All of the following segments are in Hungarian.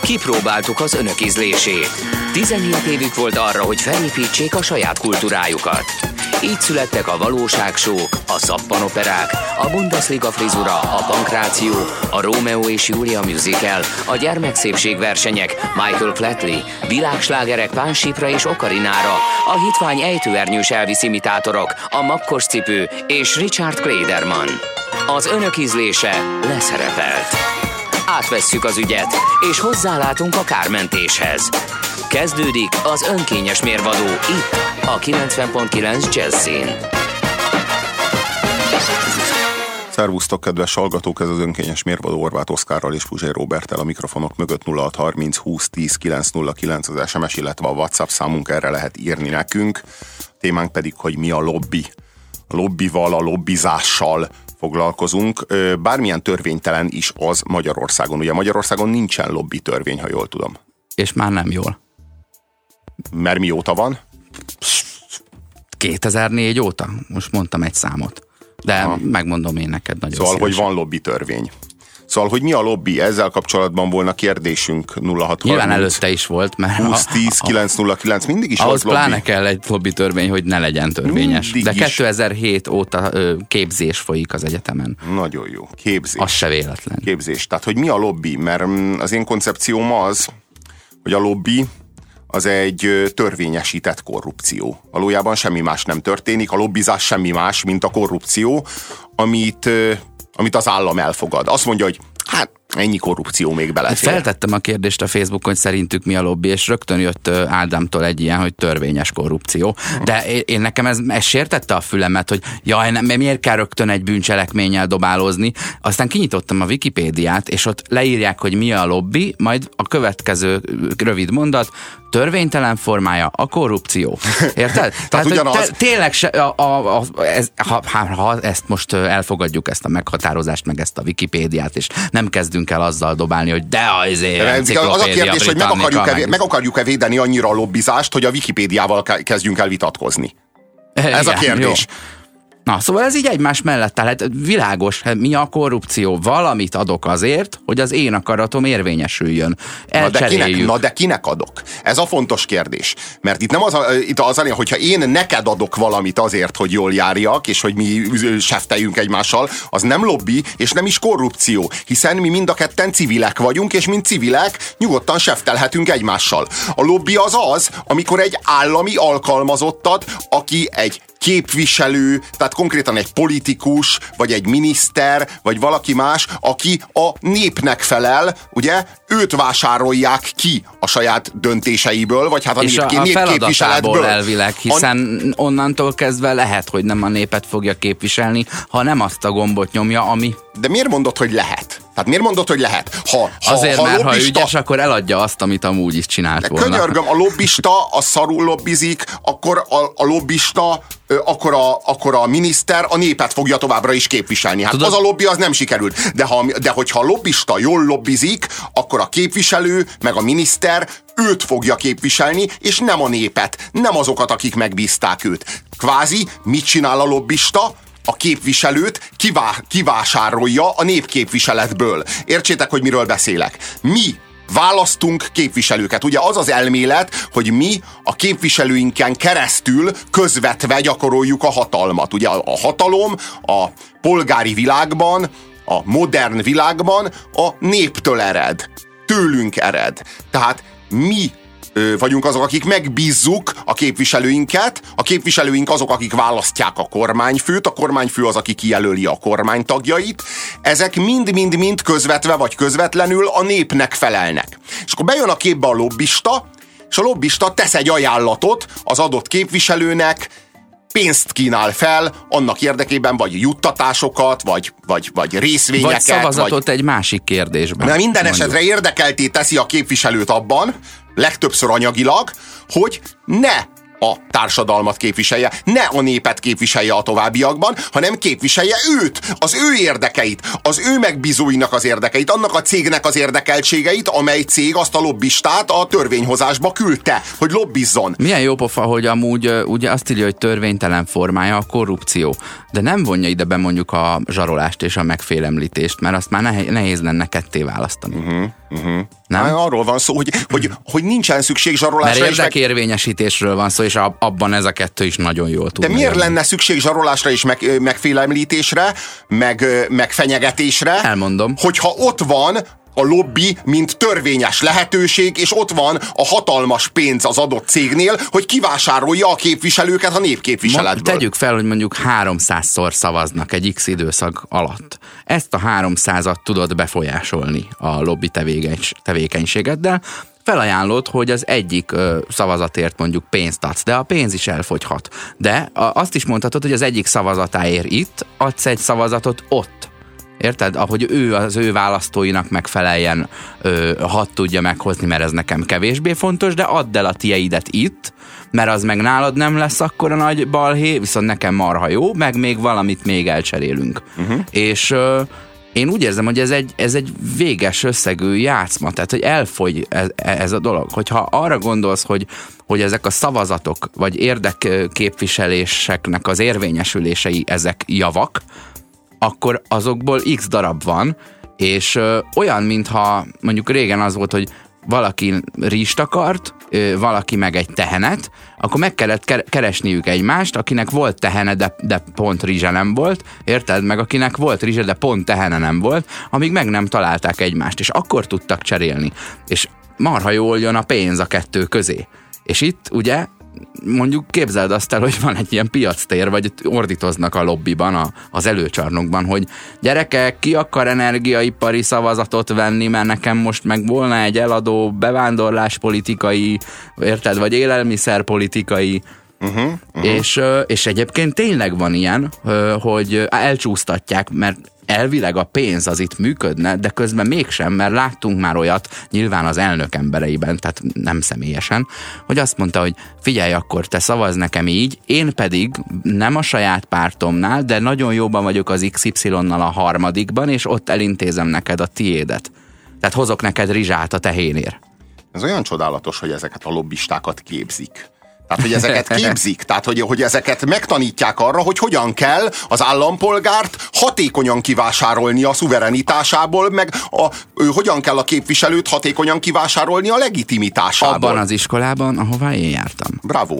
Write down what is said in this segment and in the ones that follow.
Kipróbáltuk az önök ízlését. 17 évük volt arra, hogy felépítsék a saját kultúrájukat. Így születtek a valóságsók, a szappanoperák, a Bundesliga frizura, a pankráció, a Rómeó és Júlia musical, a gyermekszépségversenyek, Michael Flatley, világslágerek Pánsipra és Okarinára, a hitvány ejtőernyős Elvis imitátorok, a makkos cipő és Richard Klederman. Az önök ízlése leszerepelt. Átvesszük az ügyet, és hozzálátunk a kármentéshez. Kezdődik az önkényes mérvadó itt, a 90.9 Jazzin. Szervusztok, kedves hallgatók, ez az önkényes mérvadó Horváth Oszkárral és Puzsér Róberttel, a mikrofonok mögött 0630 20 10 909 az SMS, illetve a WhatsApp számunk, erre lehet írni nekünk. Témánk pedig, hogy mi a lobby. A lobbival, a lobbizással foglalkozunk. Bármilyen törvénytelen is az Magyarországon. Ugye Magyarországon nincsen lobby törvény, ha jól tudom. És már nem jól. Mert mióta van? 2004 óta? Most mondtam egy számot. De megmondom én neked nagyon Szóval, szívesen. hogy van lobby törvény. Szóval, hogy mi a lobby? Ezzel kapcsolatban volna kérdésünk 0630. Nyilván előtte is volt, mert 20 10 909 mindig is ahhoz volt lobby. pláne kell egy lobby törvény, hogy ne legyen törvényes. Mindig de is. 2007 óta képzés folyik az egyetemen. Nagyon jó. Képzés. Az se véletlen. Képzés. Tehát, hogy mi a lobby? Mert az én koncepcióm az, hogy a lobby az egy törvényesített korrupció. Valójában semmi más nem történik, a lobbizás semmi más, mint a korrupció, amit az állam elfogad. Azt mondja, hogy hát ennyi korrupció még belefér. Feltettem a kérdést a Facebookon, hogy szerintük mi a lobby, és rögtön jött Ádámtól egy ilyen, hogy törvényes korrupció. De én nekem ez sértette a fülemet, hogy jaj, nem, miért kell rögtön egy bűncselekménnyel dobálózni. Aztán kinyitottam a Wikipédiát, és ott leírják, hogy mi a lobby, majd a következő rövid mondat: törvénytelen formája a korrupció. Érted? Tehát tényleg ha ezt most elfogadjuk, ezt a meghatározást, meg ezt a Wikipédiát, és nem kezdünk el azzal dobálni, hogy de az a kérdés, hogy meg akarjuk-e védeni annyira a lobbizást, hogy a Wikipédiával kezdjünk el vitatkozni. Ez a kérdés. Jó. Na, szóval ez így egymás mellett áll. Hát világos, mi a korrupció? Valamit adok azért, hogy az én akaratom érvényesüljön. Na de kinek adok? Ez a fontos kérdés. Mert itt nem az, hogyha én neked adok valamit azért, hogy jól járjak, és hogy mi sefteljünk egymással, az nem lobby, és nem is korrupció. Hiszen mi mind a ketten civilek vagyunk, és mint civilek nyugodtan seftelhetünk egymással. A lobby az, amikor egy állami alkalmazottat, aki egy képviselő, tehát konkrétan egy politikus, vagy egy miniszter, vagy valaki más, aki a népnek felel, ugye, őt vásárolják ki a saját döntéseiből, vagy hát a feladatából elvileg, hiszen onnantól kezdve lehet, hogy nem a népet fogja képviselni, ha nem azt a gombot nyomja, ami... De miért mondod, hogy lehet? Tehát miért mondod, hogy lehet? Ha ügyes, akkor eladja azt, amit amúgy is csinált volna. Könyörgöm, a lobbista, a szarul lobbizik, akkor a lobbista, akkor a miniszter a népet fogja továbbra is képviselni. Hát az a lobby, az nem sikerült. De hogyha a lobbista jól lobbizik, akkor a képviselő, meg a miniszter őt fogja képviselni, és nem a népet, nem azokat, akik megbízták őt. Kvázi, mit csinál a lobbista? A képviselőt kivásárolja a népképviseletből. Értsétek, hogy miről beszélek. Mi választunk képviselőket. Ugye az az elmélet, hogy mi a képviselőinken keresztül közvetve gyakoroljuk a hatalmat. Ugye a hatalom a polgári világban, a modern világban a néptől ered. Tőlünk ered. Tehát mi vagyunk azok, akik megbízzuk a képviselőinket, a képviselőink azok, akik választják a kormányfőt, a kormányfő az, aki kijelöli a kormánytagjait, ezek mind-mind-mind közvetve vagy közvetlenül a népnek felelnek. És akkor bejön a képbe a lobbista, és a lobbista tesz egy ajánlatot az adott képviselőnek, pénzt kínál fel annak érdekében, vagy juttatásokat, vagy részvényeket. Vagy szavazatot egy másik kérdésben. Mert minden esetre érdekelté teszi a képviselőt abban, legtöbbször anyagilag, hogy ne a társadalmat képviselje, ne a népet képviselje a továbbiakban, hanem képviselje őt, az ő érdekeit, az ő megbízóinak az érdekeit, annak a cégnek az érdekeltségeit, amely cég azt a lobbistát a törvényhozásba küldte, hogy lobbizzon. Milyen jó pofa, hogy amúgy ugye azt írja, hogy törvénytelen formája a korrupció, de nem vonja ide be mondjuk a zsarolást és a megfélemlítést, mert azt már nehéz lenne ketté választani. Nem? Arról van szó, hogy nincsen szükség zsarolásra. Mert érdekérvényesítésről van szó, és abban ez a kettő is nagyon jól tud. De miért lenne szükség zsarolásra és megfélemlítésre, meg fenyegetésre? Elmondom. Hogyha ott van a lobby, mint törvényes lehetőség, és ott van a hatalmas pénz az adott cégnél, hogy kivásárolja a képviselőket a népképviseletből. Tegyük fel, hogy mondjuk 300-szor szavaznak egy X időszak alatt. Ezt a 300-at tudod befolyásolni a lobby tevékenységeddel. Felajánlod, hogy az egyik szavazatért mondjuk pénzt adsz, de a pénz is elfogyhat. De azt is mondhatod, hogy az egyik szavazatáért itt adsz egy szavazatot ott. Érted? Ahogy ő az ő választóinak megfeleljen, hadd tudja meghozni, mert ez nekem kevésbé fontos, de add el a tieidet itt, mert az meg nálad nem lesz akkora nagy balhé, viszont nekem marha jó, meg még valamit még elcserélünk. És én úgy érzem, hogy ez egy véges összegű játszma, tehát hogy elfogy ez a dolog. Hogyha arra gondolsz, hogy ezek a szavazatok, vagy érdekképviseléseknek az érvényesülései, ezek javak, akkor azokból X darab van, és olyan, mintha mondjuk régen az volt, hogy valaki rizst akart, valaki meg egy tehenet, akkor meg kellett keresniük egymást, akinek volt tehene, de pont rizse nem volt, érted? Meg akinek volt rizse, de pont tehene nem volt, amíg meg nem találták egymást, és akkor tudtak cserélni. És marha jól jön a pénz a kettő közé. És itt ugye mondjuk képzeld azt el, hogy van egy ilyen piactér, vagy ordítoznak a lobbiban, az előcsarnokban, hogy gyerekek, ki akar energiaipari szavazatot venni, mert nekem most meg volna egy eladó bevándorláspolitikai, érted, vagy élelmiszerpolitikai, És egyébként tényleg van ilyen, hogy elcsúsztatják, mert elvileg a pénz az itt működne, de közben mégsem, mert láttunk már olyat, nyilván az elnök embereiben, tehát nem személyesen, hogy azt mondta, hogy figyelj, akkor te szavaz nekem így, én pedig nem a saját pártomnál, de nagyon jóban vagyok az XY-nal a harmadikban, és ott elintézem neked a tiédet. Tehát hozok neked rizsát a tehénér. Ez olyan csodálatos, hogy ezeket a lobbistákat képzik. Tehát, hogy ezeket képzik, tehát, hogy ezeket megtanítják arra, hogy hogyan kell az állampolgárt hatékonyan kivásárolni a szuverenitásából, meg hogyan kell a képviselőt hatékonyan kivásárolni a legitimitásából. Abban az iskolában, ahová én jártam. Bravo.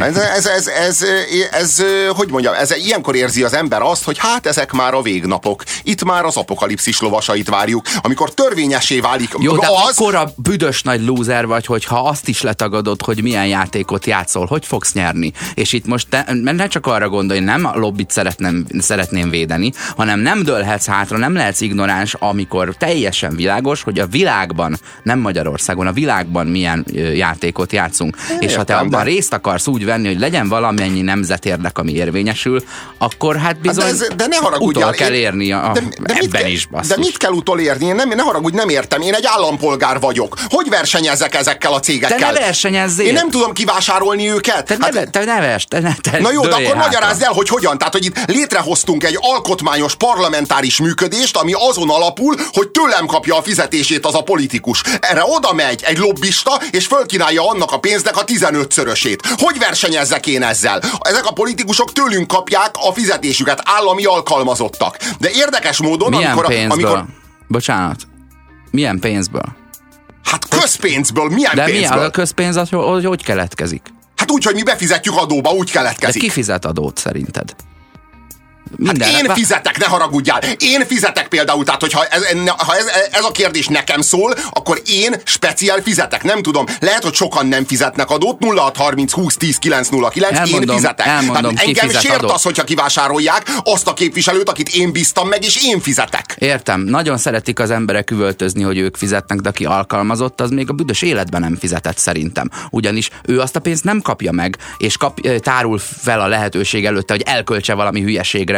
Ez hogy mondjam, ilyenkor érzi az ember azt, hogy hát ezek már a végnapok. Itt már az apokalipszis lovasait várjuk, amikor törvényessé válik. Jó, de akkora büdös nagy lúzer vagy, hogyha azt is letagadod, hogy milyen játékot játszol, hogy fogsz nyerni. És itt most ne csak arra gondolj, nem a lobbit szeretném védeni, hanem nem dőlhetsz hátra, nem lehetsz ignoráns, amikor teljesen világos, hogy a világban, nem Magyarországon, a világban milyen játékot játszunk. És ha te abban részt akarsz úgy venni, hogy legyen valamennyi nemzetérdek, ami érvényesül, akkor hát bizony de ne haragudjál, utol kell érni ebben is, basszus. De mit kell utolérni? Ne haragudj, nem értem. Én egy állampolgár vagyok. Hogy versenyezzek ezekkel a cégekkel? Te ne versenyezzél! Én nem tudom kivásárolni őket. Na jó, de akkor magyarázd el, hogy hogyan. Tehát, hogy itt létrehoztunk egy alkotmányos parlamentáris működést, ami azon alapul, hogy tőlem kapja a fizetését az a politikus. Erre oda megy egy lobbista, és fölkínálja annak a pénznek a 15-szörösét. Hogy versenyezzek én ezzel? Ezek a politikusok tőlünk kapják a fizetésüket, állami alkalmazottak. De érdekes módon, amikor... Bocsánat. Milyen pénzből? Hát közpénzből, milyen de pénzből? De mi a közpénz, hogy keletkezik? Hát úgy, hogy mi befizetjük adóba, úgy keletkezik. De ki fizet adót szerinted? Hát én fizetek, ne haragudjál. Én fizetek például, tehát hogyha ez a kérdés nekem szól, akkor én speciál fizetek. Nem tudom, lehet, hogy sokan nem fizetnek adót, 0630 20 10 909, én fizetek. Engem sért az, hogyha kivásárolják azt a képviselőt, akit én bíztam meg, és én fizetek. Értem, nagyon szeretik az emberek üvöltözni, hogy ők fizetnek, de aki alkalmazott, az még a büdös életben nem fizetett szerintem. Ugyanis ő azt a pénzt nem kapja meg, és tárul fel a lehetőség előtte, hogy elköltse valami hülyeségre,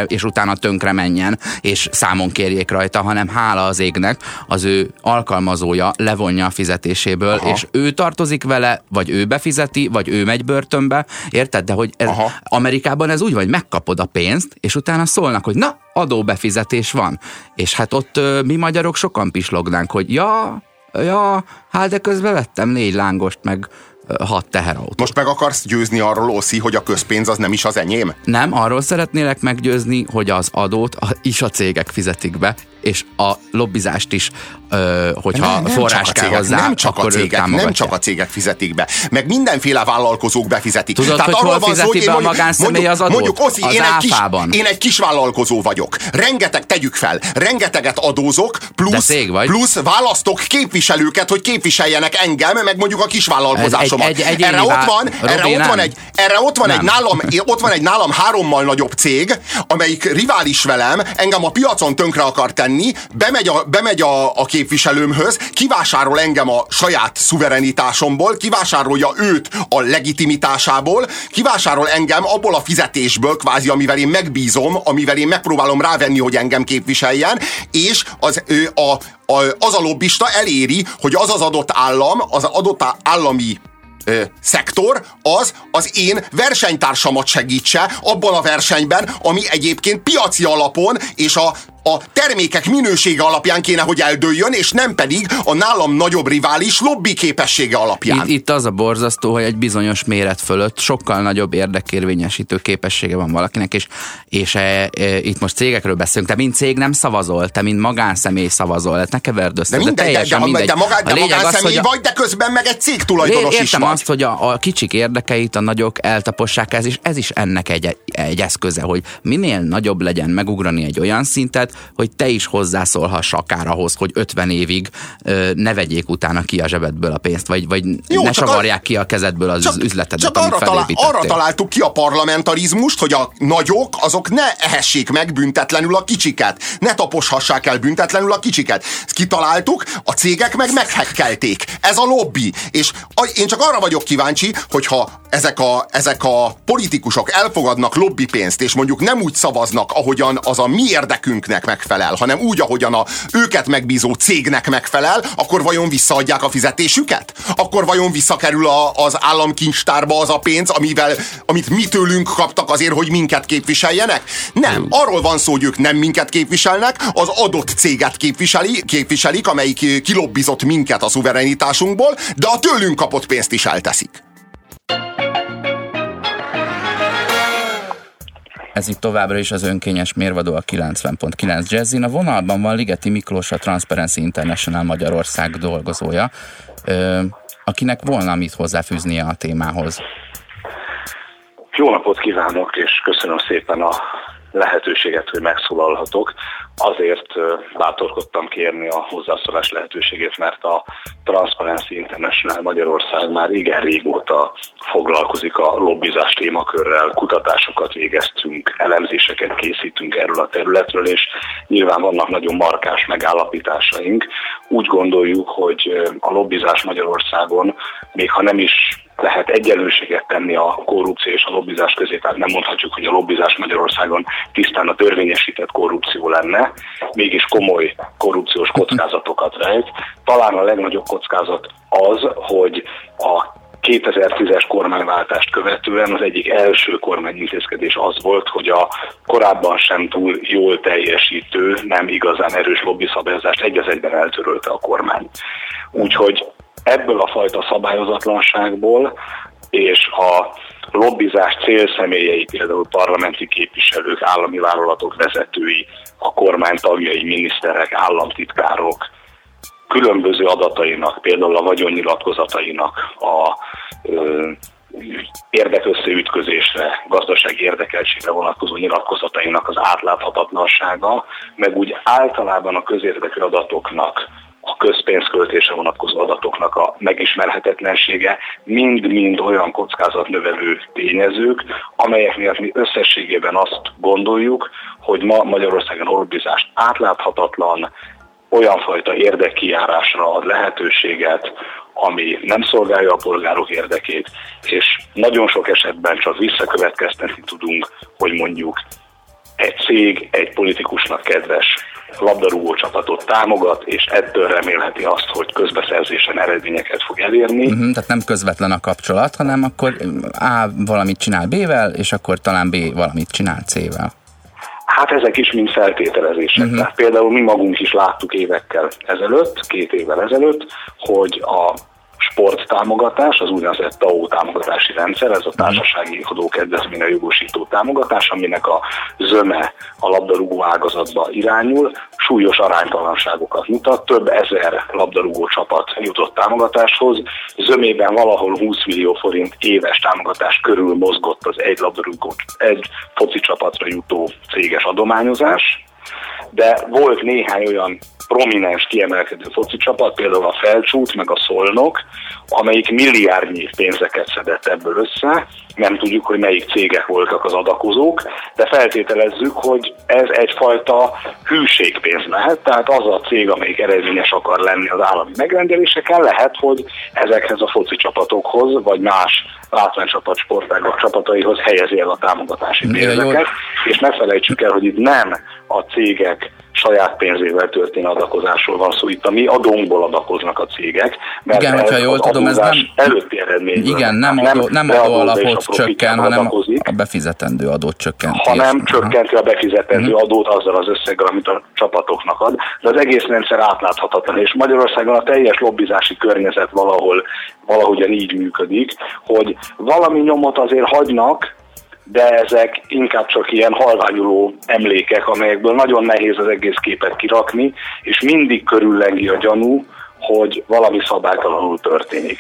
és utána tönkre menjen, és számon kérjék rajta, hanem hála az égnek az ő alkalmazója levonja a fizetéséből, és ő tartozik vele, vagy ő befizeti, vagy ő megy börtönbe, érted? De hogy Amerikában ez úgy van, hogy megkapod a pénzt, és utána szólnak, hogy na, adóbefizetés van. És hát ott mi magyarok sokan pislognánk, hogy hát de közben vettem 4 lángost, meg 6 teherautót. Most meg akarsz győzni arról, Oszi, hogy a közpénz az nem is az enyém? Nem, arról szeretnélek meggyőzni, hogy az adót is a cégek fizetik be, és a lobbizást is, hogyha forrás kell hozzá, akkor ők támogatják. Nem csak a cégek fizetik be, meg mindenféle vállalkozók befizetik. Tudod, tehát hogy hol fizeti be a magánszemély az adót? Mondjuk, Oszi, az én egy kis vállalkozó vagyok. Tegyük fel, rengeteget adózok, plusz választok képviselőket, hogy képviseljenek engem, meg mondjuk a kis vállalkozásomat. Erre ott van egy nálam 3-mal nagyobb cég, amelyik rivális velem, engem a piacon tönkre akar tenni, bemegy a képviselőmhöz, kivásárol engem a saját szuverenitásomból, kivásárolja őt a legitimitásából, kivásárol engem abból a fizetésből, kvázi, amivel én megbízom, amivel én megpróbálom rávenni, hogy engem képviseljen, és az a lobbista eléri, hogy az adott állam, az adott állami szektor az én versenytársamat segítse abban a versenyben, ami egyébként piaci alapon és a termékek minősége alapján kéne, hogy eldőljön, és nem pedig a nálam nagyobb rivális lobby képessége alapján. Itt az a borzasztó, hogy egy bizonyos méret fölött sokkal nagyobb érdekérvényesítő képessége van valakinek, és itt most cégekről beszélünk. Te mint cég nem szavazol, te mint magánszemély szavazol, ne keverd össze. De magánszemély vagy, de közben meg egy cég tulajdonos is értem vagy. Azt, hogy a kicsik érdekeit a nagyok eltapossák, ez is ennek egy eszköze, hogy minél nagyobb legyen megugrani egy olyan szintet, hogy te is hozzászólhass akár ahhoz, hogy 50 évig ne vegyék utána ki a zsebedből a pénzt, vagy ne savarják ki a kezedből az üzletedet, amit felépítettél. Arra találtuk ki a parlamentarizmust, hogy a nagyok azok ne ehessék meg büntetlenül a kicsiket, ne taposhassák el büntetlenül a kicsiket. Ezt kitaláltuk, a cégek meg meghekkelték. Ez a lobby. És én csak arra vagyok kíváncsi, hogyha ezek a politikusok elfogadnak lobbipénzt, és mondjuk nem úgy szavaznak, ahogyan az a mi érdekünknek megfelel, hanem úgy, ahogyan őket megbízó cégnek megfelel, akkor vajon visszaadják a fizetésüket? Akkor vajon visszakerül az államkincstárba az a pénz, amit mi tőlünk kaptak azért, hogy minket képviseljenek? Nem. Arról van szó, hogy ők nem minket képviselnek, az adott céget képviselik, amelyik kilobbizott minket a szuverenitásunkból, de a tőlünk kapott pénzt is elteszik. Ez itt továbbra is az önkényes mérvadó a 90.9 Jazzin. A vonalban van Ligeti Miklós, a Transparency International Magyarország dolgozója, akinek volna mit hozzáfűznie a témához. Jó napot kívánok, és köszönöm szépen a lehetőséget, hogy megszólalhatok. Azért bátorkodtam kérni a hozzászólás lehetőségét, mert a Transparency International Magyarország már igen régóta foglalkozik a lobbizás témakörrel, kutatásokat végeztünk, elemzéseket készítünk erről a területről, és nyilván vannak nagyon markáns megállapításaink. Úgy gondoljuk, hogy a lobbizás Magyarországon, még ha nem is lehet egyenlőséget tenni a korrupció és a lobbizás közé, tehát nem mondhatjuk, hogy a lobbizás Magyarországon tisztán a törvényesített korrupció lenne, mégis komoly korrupciós kockázatokat rejt. Talán a legnagyobb kockázat az, hogy a 2010-es kormányváltást követően az egyik első kormányintézkedés az volt, hogy a korábban sem túl jól teljesítő, nem igazán erős lobbiszabályozást egy az egyben eltörölte a kormány. Úgyhogy ebből a fajta szabályozatlanságból és a lobbizás célszemélyei, például parlamenti képviselők, állami vállalatok vezetői, a kormány tagjai, miniszterek, államtitkárok különböző adatainak, például a vagyonnyilatkozatainak a érdekösszeütközésre, gazdasági érdekeltségre vonatkozó nyilatkozatainak az átláthatatlansága, meg úgy általában a közérdekű adatoknak, a közpénzköltésre vonatkozó adatoknak a megismerhetetlensége mind-mind olyan kockázatnövelő tényezők, amelyek miatt mi összességében azt gondoljuk, hogy ma Magyarországon a lobbizás átláthatatlan, olyan fajta érdekkijárásra ad lehetőséget, ami nem szolgálja a polgárok érdekét, és nagyon sok esetben csak visszakövetkeztetni tudunk, hogy mondjuk egy cég egy politikusnak kedves labdarúgó csapatot támogat, és ettől remélheti azt, hogy közbeszerzésen eredményeket fog elérni. Tehát nem közvetlen a kapcsolat, hanem akkor A valamit csinál B-vel, és akkor talán B valamit csinál C-vel. Hát ezek is mind feltételezések. Tehát például mi magunk is láttuk évekkel ezelőtt, 2 évvel ezelőtt, hogy a sporttámogatás, az úgynevezett TAO támogatási rendszer, ez a társasági adókedvezményre jogosító támogatás, aminek a zöme a labdarúgó ágazatba irányul, súlyos aránytalanságokat mutat, több ezer labdarúgó csapat jutott támogatáshoz, zömében valahol 20 millió forint éves támogatás körül mozgott az egy foci csapatra jutó céges adományozás, de volt néhány olyan prominens kiemelkedő foci csapat, például a Felcsút, meg a Szolnok, amelyik milliárdnyi pénzeket szedett ebből össze. Nem tudjuk, hogy melyik cégek voltak az adakozók, de feltételezzük, hogy ez egyfajta hűségpénz lehet, tehát az a cég, amelyik eredményes akar lenni az állami megrendeléseken, lehet, hogy ezekhez a foci csapatokhoz, vagy más látványcsapat sportágok csapataihoz helyezi el a támogatási pénzeket, és ne felejtsük el, hogy itt nem a cégek saját pénzével történő adakozásról van szó, itt a mi adónkból adakoznak a cégek, mert igen, hogyha jól tudom, ez nem előtti eredményből. Igen, nem adó alapot csökken, hanem a befizetendő adót csökkenti. Hanem csökkenti a befizetendő adót azzal az összeggel, amit a csapatoknak ad. De az egész rendszer átláthatatlan, és Magyarországon a teljes lobbizási környezet valahogyan így működik, hogy valami nyomot azért hagynak, de ezek inkább csak ilyen halványuló emlékek, amelyekből nagyon nehéz az egész képet kirakni, és mindig körüllengi a gyanú, hogy valami szabálytalanul történik.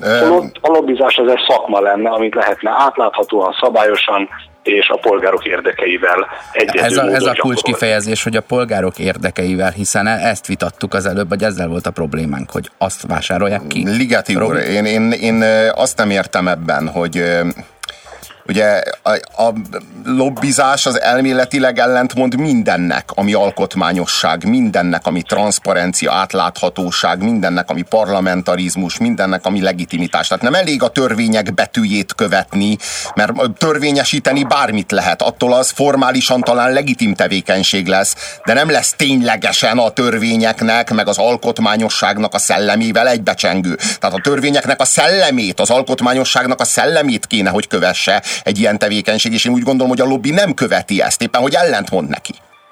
A lobbizás az egy szakma lenne, amit lehetne átláthatóan, szabályosan és a polgárok érdekeivel egyedül módon Ez a kulcs kifejezés, hogy a polgárok érdekeivel, hiszen ezt vitattuk az előbb, vagy ezzel volt a problémánk, hogy azt vásárolják ki. Ligeti úr, én azt nem értem ebben, hogy ugye a lobbizás az elméletileg ellentmond mindennek, ami alkotmányosság, mindennek, ami transzparencia, átláthatóság, mindennek, ami parlamentarizmus, mindennek, ami legitimitás. Tehát nem elég a törvények betűjét követni, mert törvényesíteni bármit lehet. Attól az formálisan talán legitim tevékenység lesz, de nem lesz ténylegesen a törvényeknek, meg az alkotmányosságnak a szellemével egybecsengő. Tehát a törvényeknek a szellemét, az alkotmányosságnak a szellemét kéne, hogy kövesse egy ilyen tevékenység, és én úgy gondolom, hogy a lobby nem követi ezt, éppen hogy ellentmond neki.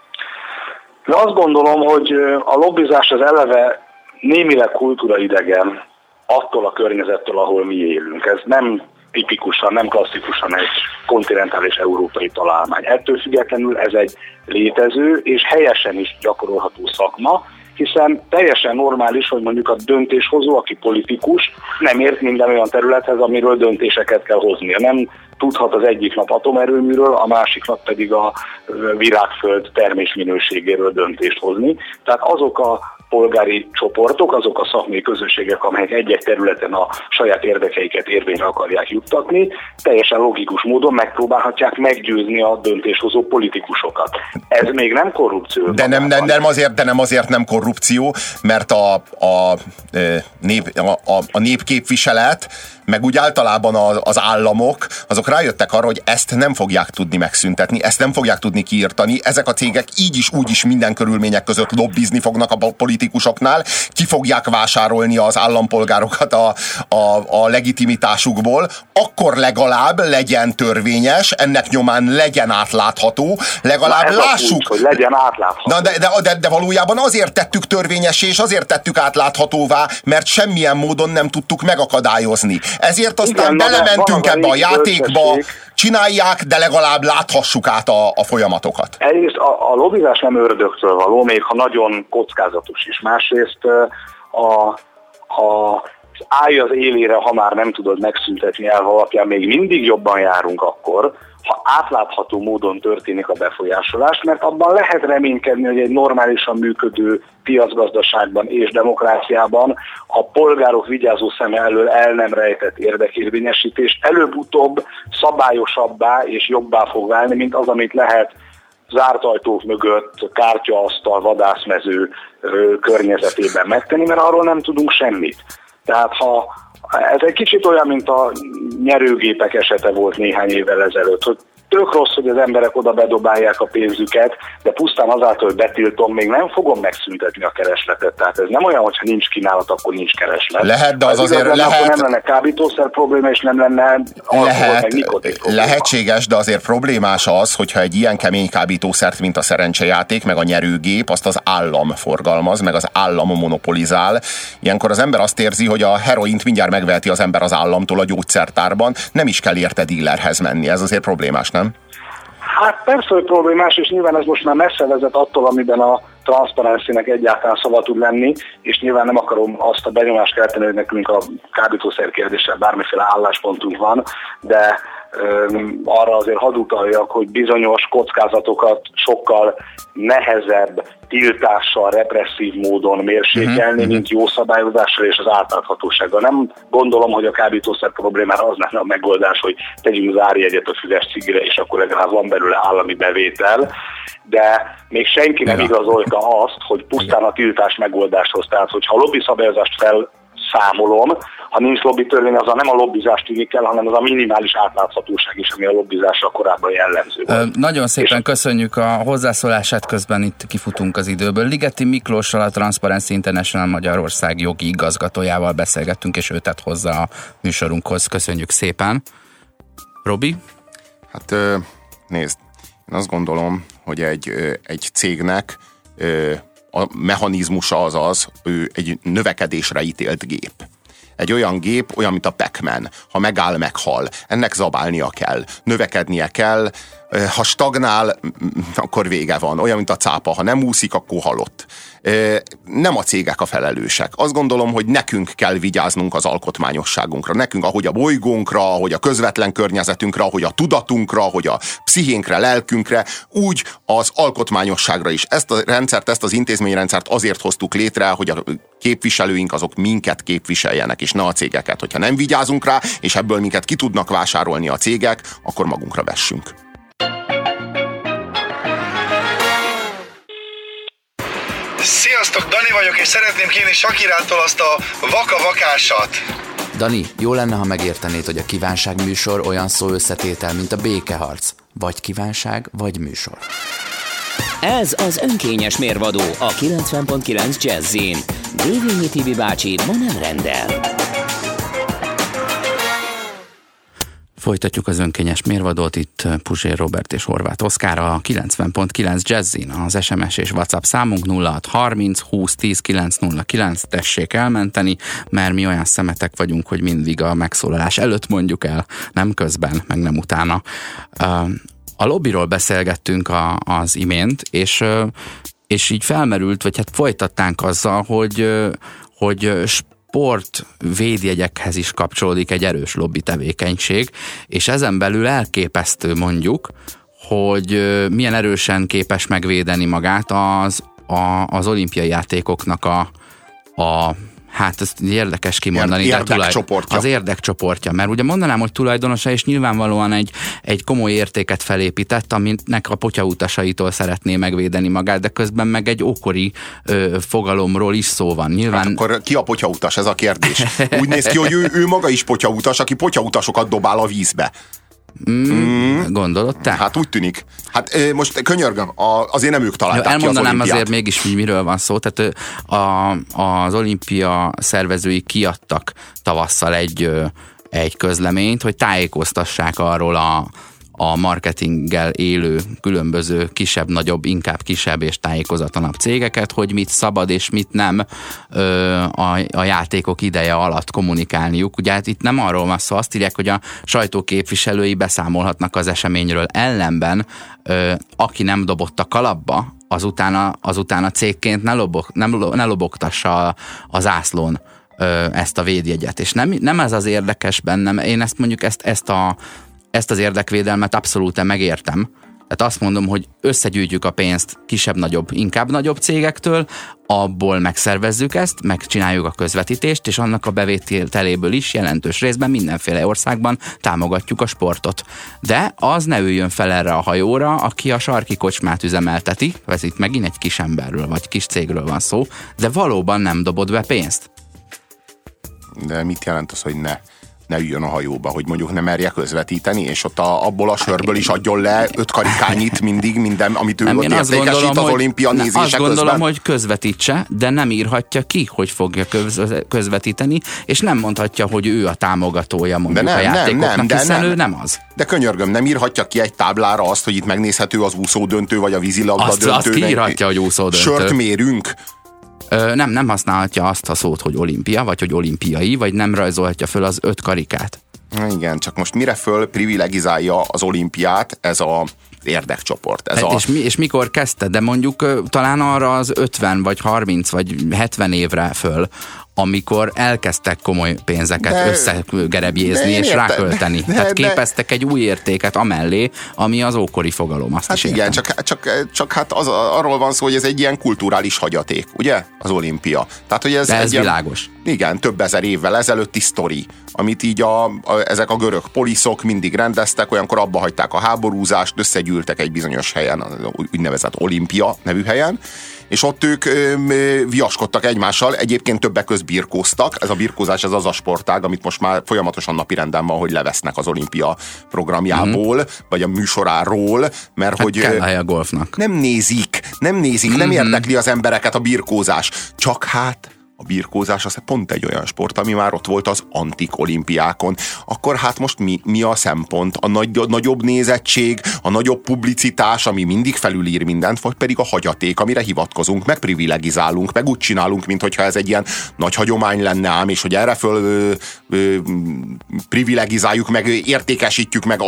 De azt gondolom, hogy a lobbizás az eleve némileg kultúraidegen attól a környezettől, ahol mi élünk. Ez nem tipikusan, nem klasszikusan egy kontinentális európai találmány. Ettől függetlenül ez egy létező és helyesen is gyakorolható szakma, hiszen teljesen normális, hogy mondjuk a döntéshozó, aki politikus, nem ért minden olyan területhez, amiről döntéseket kell hoznia. Nem tudhat az egyik nap atomerőműről, a másik nap pedig a virágföld termésminőségéről döntést hozni. Tehát azok a polgári csoportok, azok a szakmai közösségek, amelyek egy-egy területen a saját érdekeiket érvényre akarják juttatni, teljesen logikus módon megpróbálhatják meggyőzni a döntéshozó politikusokat. Ez még nem korrupció. De nem azért nem korrupció, mert a népképviselet, meg úgy általában az államok, azok rájöttek arra, hogy ezt nem fogják tudni megszüntetni, ezt nem fogják tudni kiirtani. Ezek a cégek így is, úgy is minden körülmények között lobbizni fognak a politikusoknál, ki fogják vásárolni az állampolgárokat a legitimitásukból, akkor legalább legyen törvényes, ennek nyomán legyen átlátható, legalább lássuk. Úgy, hogy legyen átlátható. De valójában azért tettük törvényessé, és azért tettük átláthatóvá, mert semmilyen módon nem tudtuk megakadályozni. Ezért aztán belementünk ebbe a játékba, csinálják, de legalább láthassuk át a folyamatokat. Egyrészt a lobbizás nem ördögtől való, még ha nagyon kockázatos is. Másrészt állj az élére, ha már nem tudod megszüntetni elv alapján, még mindig jobban járunk akkor, ha átlátható módon történik a befolyásolás, mert abban lehet reménykedni, hogy egy normálisan működő piacgazdaságban és demokráciában a polgárok vigyázó szeme elől el nem rejtett érdekérvényesítés előbb-utóbb szabályosabbá és jobbá fog válni, mint az, amit lehet zárt ajtók mögött, kártyaasztal, vadászmező környezetében megtenni, mert arról nem tudunk semmit. Tehát ez egy kicsit olyan, mint a nyerőgépek esete volt néhány évvel ezelőtt, hogy tök rossz, hogy az emberek oda bedobálják a pénzüket, de pusztán azáltal, hogy betiltom, még nem fogom megszüntetni a keresletet. Tehát ez nem olyan, hogyha nincs kínálat, akkor nincs kereslet. Lehet, de az azért lehet. Akkor nem lenne kábítószer probléma, és nem lenne alkohol, meg nikotin probléma. Lehetséges, de azért problémás az, hogyha egy ilyen kemény kábítószert, mint a szerencsejáték, meg a nyerőgép, azt az állam forgalmaz, meg az állam monopolizál. Ilyenkor az ember azt érzi, hogy a heroint mindjárt megveheti az ember az államtól a gyógyszertárban, nem is kell érte dílerhez menni. Ez azért problémás, nem? Hát persze, hogy problémás, és nyilván ez most már messze vezet attól, amiben a transzparenciának egyáltalán szava tud lenni, és nyilván nem akarom azt a benyomást kelteni, hogy nekünk a kábítószer kérdéssel bármiféle álláspontunk van, de arra azért hadd utaljak, hogy bizonyos kockázatokat sokkal nehezebb tiltással, represszív módon mérsékelni, mint jó szabályozással és az átláthatósággal. Nem gondolom, hogy a kábítószer problémára az lenne a megoldás, hogy tegyünk zárjegyet a füves cigire, és akkor legalább van belőle állami bevétel, de még senki nem igazolta azt, hogy pusztán a tiltás megoldáshoz. Tehát, hogyha a lobby szabályozást felszámolom, ha nincs lobbitörvény, az nem a lobbizást tűnik kell, hanem az a minimális átláthatóság is, ami a lobbizásra korábban jellemző volt. Nagyon szépen köszönjük a hozzászólását, közben itt kifutunk az időből. Ligeti Miklóssal, a Transparency International Magyarország jogi igazgatójával beszélgettünk, és ő tett hozzá a műsorunkhoz. Köszönjük szépen. Robi? Hát nézd, én azt gondolom, hogy egy cégnek a mechanizmusa az, ő egy növekedésre ítélt gép. Egy olyan gép, olyan, mint a Pac-Man. Ha megáll, meghal. Ennek zabálnia kell. Növekednie kell. Ha stagnál, akkor vége van. Olyan, mint a cápa. Ha nem úszik, akkor halott. Nem a cégek a felelősek. Azt gondolom, hogy nekünk kell vigyáznunk az alkotmányosságunkra. Nekünk, ahogy a bolygónkra, ahogy a közvetlen környezetünkre, ahogy a tudatunkra, ahogy a pszichénkre, lelkünkre, úgy az alkotmányosságra is. Ezt a rendszert, ezt az intézményrendszert azért hoztuk létre, hogy a képviselőink azok minket képviseljenek, és ne a cégeket. Hogyha nem vigyázunk rá, és ebből minket ki tudnak vásárolni a cégek, akkor magunkra vessünk. Sziasztok, Dani vagyok, és szeretném kérni Sakirától azt a vaka-vakásat. Dani, jó lenne, ha megértenéd, hogy a kívánság műsor olyan szó összetétel, mint a békeharc. Vagy kívánság, vagy műsor. Ez az önkényes mérvadó a 90.9 Jazzin. Dévényi Tibi bácsi ma nem rendel. Folytatjuk az önkényes mérvadót, itt Puzsér Robert és Horváth Oszkár, a 90.9 Jazzin, az SMS és WhatsApp számunk 0630 20 10 909, tessék elmenteni, mert mi olyan szemetek vagyunk, hogy mindig a megszólalás előtt mondjuk el, nem közben, meg nem utána. A lobbyról beszélgettünk az imént, és így felmerült, vagy hát folytattánk azzal, hogy sportvédjegyekhez is kapcsolódik egy erős lobby tevékenység, és ezen belül elképesztő mondjuk, hogy milyen erősen képes megvédeni magát az olimpiai játékoknak hát ez érdekes kimondani, az érdekcsoportja, mert ugye mondanám, hogy tulajdonosa, és nyilvánvalóan egy komoly értéket felépített, aminek a potyautasai szeretné megvédeni magát, de közben meg egy ókori fogalomról is szó van. Nyilván... Hát akkor ki a potyautas, ez a kérdés? Úgy néz ki, hogy ő maga is potyautas, aki potyautasokat dobál a vízbe. Gondolod te? Hát úgy tűnik. Hát most könyörgöm, azért nem ők találták ki az olimpiát. Elmondanám azért mégis, hogy miről van szó. Tehát az olimpia szervezői kiadtak tavasszal egy közleményt, hogy tájékoztassák arról a marketinggel élő különböző kisebb-nagyobb, inkább kisebb és tájékozatlanabb cégeket, hogy mit szabad és mit nem a játékok ideje alatt kommunikálniuk. Ugye hát itt nem arról van szó, azt írják, hogy a sajtóképviselői beszámolhatnak az eseményről, ellenben aki nem dobott a kalapba, azután a cégként ne lobogtassa a zászlón ezt a védjegyet. És nem ez az érdekes bennem. Én ezt mondjuk ezt az érdekvédelmet abszolút megértem. Tehát azt mondom, hogy összegyűjtjük a pénzt kisebb-nagyobb, inkább nagyobb cégektől, abból megszervezzük ezt, megcsináljuk a közvetítést, és annak a bevételéből is jelentős részben mindenféle országban támogatjuk a sportot. De az ne üljön fel erre a hajóra, aki a sarki kocsmát üzemelteti, ez itt megint egy kis emberről vagy kis cégről van szó, de valóban nem dobod be pénzt. De mit jelent az, hogy ne üljön a hajóba, hogy mondjuk ne merje közvetíteni, és ott abból a sörből is adjon le 5 karikányit mindig, minden, amit ő ott értékesít az olimpia nézése közben. Azt gondolom, hogy közvetítse, de nem írhatja ki, hogy fogja közvetíteni, és nem mondhatja, hogy ő a támogatója mondjuk a játékoknak, hiszen ő nem az. De könyörgöm, nem írhatja ki egy táblára azt, hogy itt megnézhető az úszódöntő, vagy a vízilabda döntő. Azt kiírhatja, hogy úszódöntő. Sört mérünk. Nem használhatja azt a szót, hogy olimpia, vagy hogy olimpiai, vagy nem rajzolhatja föl az 5 karikát. Igen, csak most mire föl privilegizálja az olimpiát ez a érdekcsoport. És mikor kezdte? De mondjuk talán arra az 50 vagy 30 vagy 70 évre föl, amikor elkezdtek komoly pénzeket összegerebjézni és rákölteni. Tehát képeztek egy új értéket amellé, ami az ókori fogalom. Azt is igen, csak hát arról van szó, hogy ez egy ilyen kulturális hagyaték, ugye? Az olimpia. Tehát, hogy ez világos. Igen, több ezer évvel ezelőtti sztori, amit így ezek a görög poliszok mindig rendeztek, olyankor abba hagyták a háborúzást, összegyűltek egy bizonyos helyen, az úgynevezett Olimpia nevű helyen, és ott ők viaskodtak egymással, egyébként többek közt birkóztak. Ez a birkózás, ez az a sportág, amit most már folyamatosan napirenden van, hogy levesznek az olimpia programjából, vagy a műsoráról, mert hát hogy kell a golfnak. Nem nézik, nem érdekli az embereket a birkózás. Csak hát a birkózás az pont egy olyan sport, ami már ott volt az antik olimpiákon. Akkor hát most mi a szempont? A nagyobb nézettség, a nagyobb publicitás, ami mindig felülír mindent, vagy pedig a hagyaték, amire hivatkozunk, meg privilegizálunk, meg úgy csinálunk, mintha ez egy ilyen nagy hagyomány lenne ám, és hogy erre föl privilegizáljuk, meg értékesítjük, meg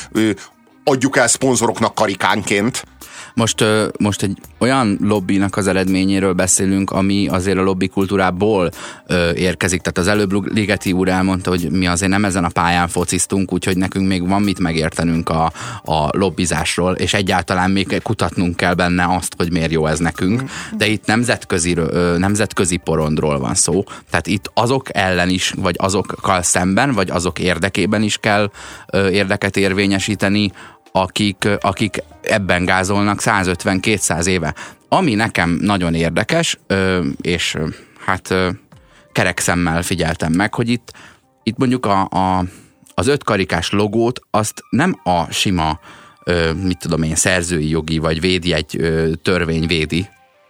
adjuk el szponzoroknak karikánként. Most egy olyan lobbynak az eredményéről beszélünk, ami azért a lobby kultúrából érkezik. Tehát az előbb Ligeti úr elmondta, hogy mi azért nem ezen a pályán fociztunk, úgyhogy nekünk még van mit megértenünk a lobbizásról, és egyáltalán még kutatnunk kell benne azt, hogy miért jó ez nekünk. De itt nemzetközi porondról van szó. Tehát itt azok ellen is, vagy azokkal szemben, vagy azok érdekében is kell érdeket érvényesíteni, akik ebben gázolnak 150-200 éve. Ami nekem nagyon érdekes, és hát kerek szemmel figyeltem meg, hogy itt mondjuk az 5 karikás logót azt nem a sima, mit tudom én, szerzői jogi vagy védjegy törvény védi,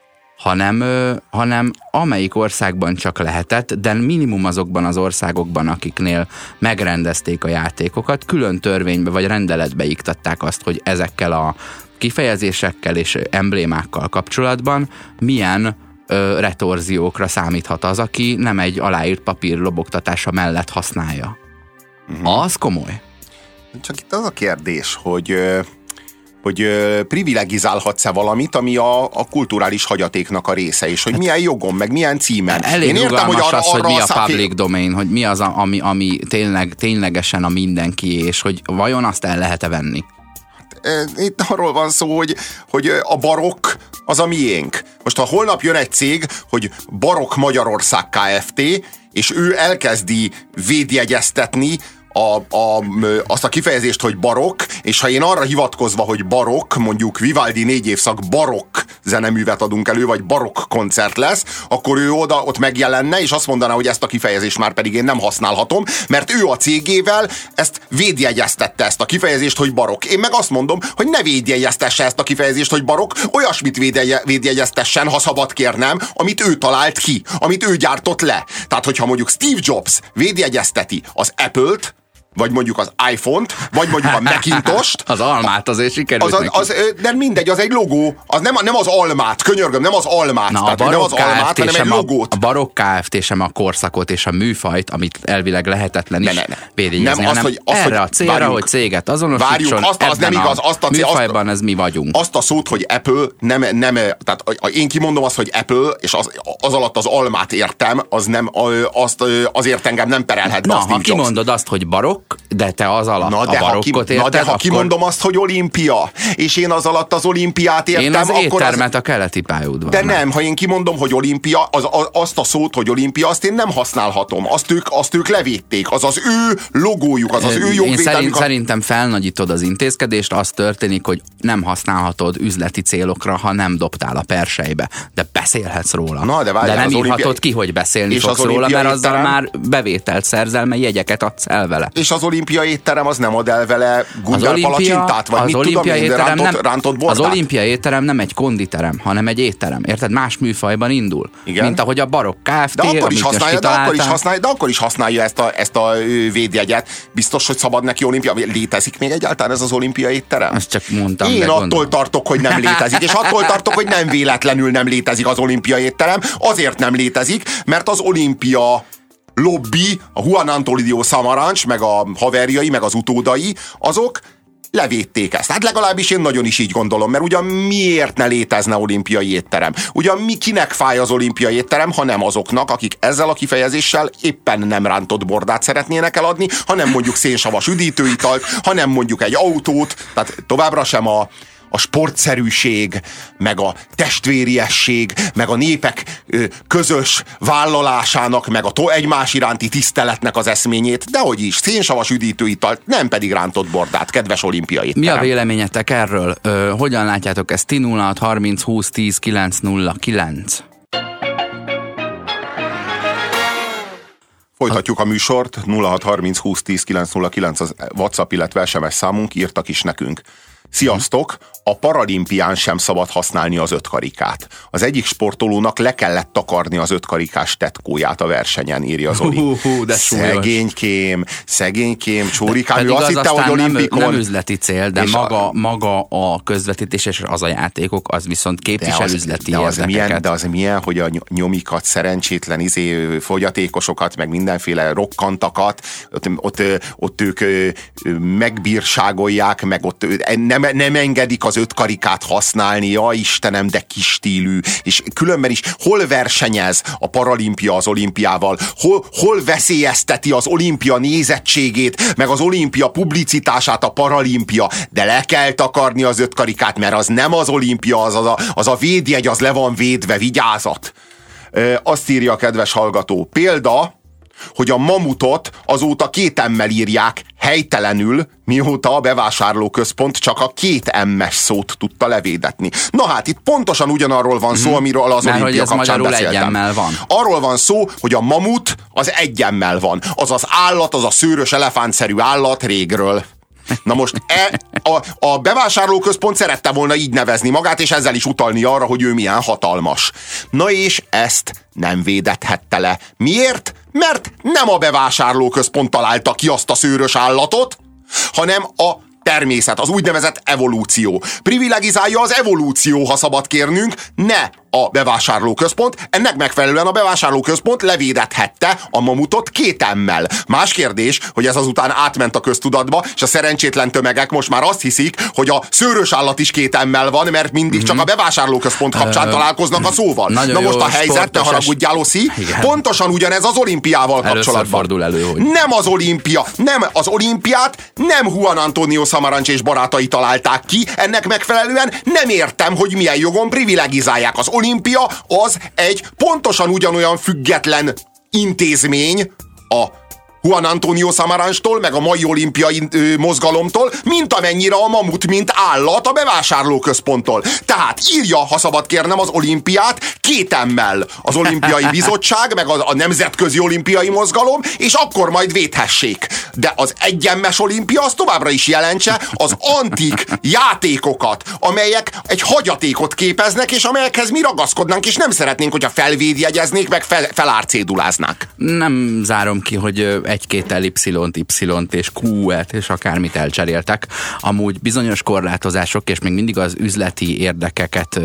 hanem amelyik országban csak lehetett, de minimum azokban az országokban, akiknél megrendezték a játékokat, külön törvénybe vagy rendeletbe iktatták azt, hogy ezekkel a kifejezésekkel és emblémákkal kapcsolatban milyen retorziókra számíthat az, aki nem egy aláírt papír lobogtatása mellett használja. Az komoly. Csak itt az a kérdés, hogy privilegizálhatsz-e valamit, ami a kulturális hagyatéknak a része, és hogy milyen jogon, meg milyen címen. Elég rugalmas az, hogy mi a public domain, hogy mi az, ami ténylegesen a mindenki, és hogy vajon azt el lehet-e venni? Itt arról van szó, hogy a barokk az a miénk. Most ha holnap jön egy cég, hogy Barokk Magyarország Kft., és ő elkezdi védjegyeztetni azt a kifejezést, hogy barokk, és ha én arra hivatkozva, hogy barokk, mondjuk Vivaldi 4 évszak barokk zeneművet adunk elő, vagy barokk koncert lesz, akkor ő ott megjelenne, és azt mondaná, hogy ezt a kifejezést már pedig én nem használhatom, mert ő a cégével ezt védjegyeztette, ezt a kifejezést, hogy barokk. Én meg azt mondom, hogy ne védjegyeztesse ezt a kifejezést, hogy barokk, olyasmit védjegyeztessen, ha szabad kérnem, amit ő talált ki, amit ő gyártott le. Tehát, hogyha mondjuk Steve Jobs védjegyezteti az Apple-t, vagy mondjuk az iPhone-t, vagy mondjuk a Macintost. Az almát azért sikerült nem mindegy, az egy logó. Az nem az almát, könyörgöm, nem az almát. Na, tehát nem az almát, hanem egy logót. A Barokk Kft. Sem a korszakot és a műfajt, amit elvileg lehetetlen is védjegyezni, hanem erre a célra, várjunk, hogy céget azonosítson, az nem igaz, műfajban ez mi vagyunk. Azt a szót, hogy Apple, nem tehát én kimondom azt, hogy Apple, és az alatt az almát értem, az nem, azért engem nem perelhet be a Steve Jobs. Ha kimondod azt, hogy Barokk, barokk, de te az alatt a barokkot érted, de ha kimondom azt, hogy olimpia, és én az alatt az olimpiát értem, én az akkor éttermet a keleti pályaudvarban. De nem, ha én kimondom, hogy olimpia, azt a szót, hogy olimpia, azt én nem használhatom. Azt ők levédték, az az ő logójuk, az az ő jogvédelmük. Szerintem felnagyítod az intézkedést, az történik, hogy nem használhatod üzleti célokra, ha nem dobtál a persejbe. De beszélhetsz róla. De nem írhatod ki, hogy beszélni fogsz róla, mert azzal már bevételt szerzel, mert jegyeket adsz el vele. És az olimpiai étterem az nem ad el vele gungyal palacsintát, vagy mit tudom én, rántott bordát? Az olimpiai étterem nem egy konditerem, hanem egy étterem. Érted? Más műfajban indul. Igen? Mint ahogy a Barokk Kft. De akkor is használja ezt a védjegyet. Biztos, hogy szabad neki olimpia. Létezik még egyáltalán ez az olimpiai étterem? Ezt csak mondtam. Én attól tartok, hogy nem létezik, és attól tartok, hogy nem véletlenül nem létezik az olimpiai étterem. Azért nem létezik, mert az olimpia lobby, a Juan Antonio Samaranch, meg a haverjai, meg az utódai, azok levédték ezt. Hát legalábbis én nagyon is így gondolom, mert ugyan miért ne létezne olimpiai étterem? Ugyan kinek fáj az olimpiai étterem, ha nem azoknak, akik ezzel a kifejezéssel éppen nem rántott bordát szeretnének eladni, hanem mondjuk szénsavas üdítőitalt, hanem mondjuk egy autót, tehát továbbra sem a sportszerűség, meg a testvériesség, meg a népek közös vállalásának, meg a egymás iránti tiszteletnek az eszményét, dehogy is, szénsavas üdítőitalt, nem pedig rántott bordát, kedves olimpiai étterem. Mi a véleményetek erről? Hogyan látjátok ezt? 06 30 20 10 909. Folytatjuk a műsort, 06 30 20 10 909 az WhatsApp, illetve SMS számunk, írtak is nekünk. Sziasztok! A paralimpián sem szabad használni az ötkarikát. Az egyik sportolónak le kellett takarni az ötkarikás tetkóját a versenyen, írja Zoli. Szegénykém, csórikám, ő azt hitte, hogy olimpikon. Nem üzleti cél, de maga a közvetítés és az a játékok, az viszont képvisel üzleti érdekeket. De az milyen, hogy a nyomikat, szerencsétlen fogyatékosokat, meg mindenféle rokkantakat, ott ők megbírságolják, meg ott nem engedik az ötkarikát használni, ja Istenem, de kis stílű, és különben is hol versenyez a paralimpia az olimpiával, hol veszélyezteti az olimpia nézettségét, meg az olimpia publicitását a paralimpia, de le kell takarni az ötkarikát, mert az nem az olimpia, az a védjegy, az le van védve, vigyázat. Azt írja a kedves hallgató, példa, hogy a mamutot azóta 2 M-mel írják helytelenül, mióta a bevásárlóközpont csak a 2 M-es szót tudta levédetni. Na hát, itt pontosan ugyanarról van szó, amiről az olimpia kapcsán beszéltem. Van. Arról van szó, hogy a mamut az 1 M-mel van. Az az állat, az a szőrös elefántszerű állat régről. Na most a bevásárlóközpont szerette volna így nevezni magát, és ezzel is utalni arra, hogy ő milyen hatalmas. Na és ezt nem védethette le. Miért? Mert nem a bevásárlóközpont találta ki azt a szőrös állatot, hanem a természet, az úgynevezett evolúció. Privilegizálja az evolúció, ha szabad kérnünk, ne a bevásárlóközpont. Ennek megfelelően a bevásárlóközpont levédethette a mamutot 2 M-mel. Más kérdés, hogy ez azután átment a köztudatba, és a szerencsétlen tömegek most már azt hiszik, hogy a szőrös állat is 2 M-mel van, mert mindig csak a bevásárlóközpont kapcsán találkoznak a szóval. Na most a helyzet, ne haragudjál, Oszi, pontosan ugyanez az olimpiával kapcsolatban. Fordul elő, hogy... Nem az olimpia, nem az olimpiát, nem Juan Antonio Samaranch és barátai találták ki, ennek megfelelően nem értem, hogy milyen jogon privilegizálják. Az olimpia az egy pontosan ugyanolyan független intézmény a Juan Antonio Samaranchtól, meg a mai olimpiai mozgalomtól, mint amennyire a mamut, mint állat a bevásárlóközponttól. Tehát írja, ha szabad kérnem, az olimpiát 2 M-mel az olimpiai bizottság, meg a nemzetközi olimpiai mozgalom, és akkor majd védhessék. De az 1 M-es olimpia az továbbra is jelentse az antik játékokat, amelyek egy hagyatékot képeznek, és amelyekhez mi ragaszkodnánk, és nem szeretnénk, hogyha felvédjegyeznék, meg felárcéduláznák. Nem zárom ki, hogy 1-2 Y-t és Q-et és akármit elcseréltek. Amúgy bizonyos korlátozások, és még mindig az üzleti érdekeket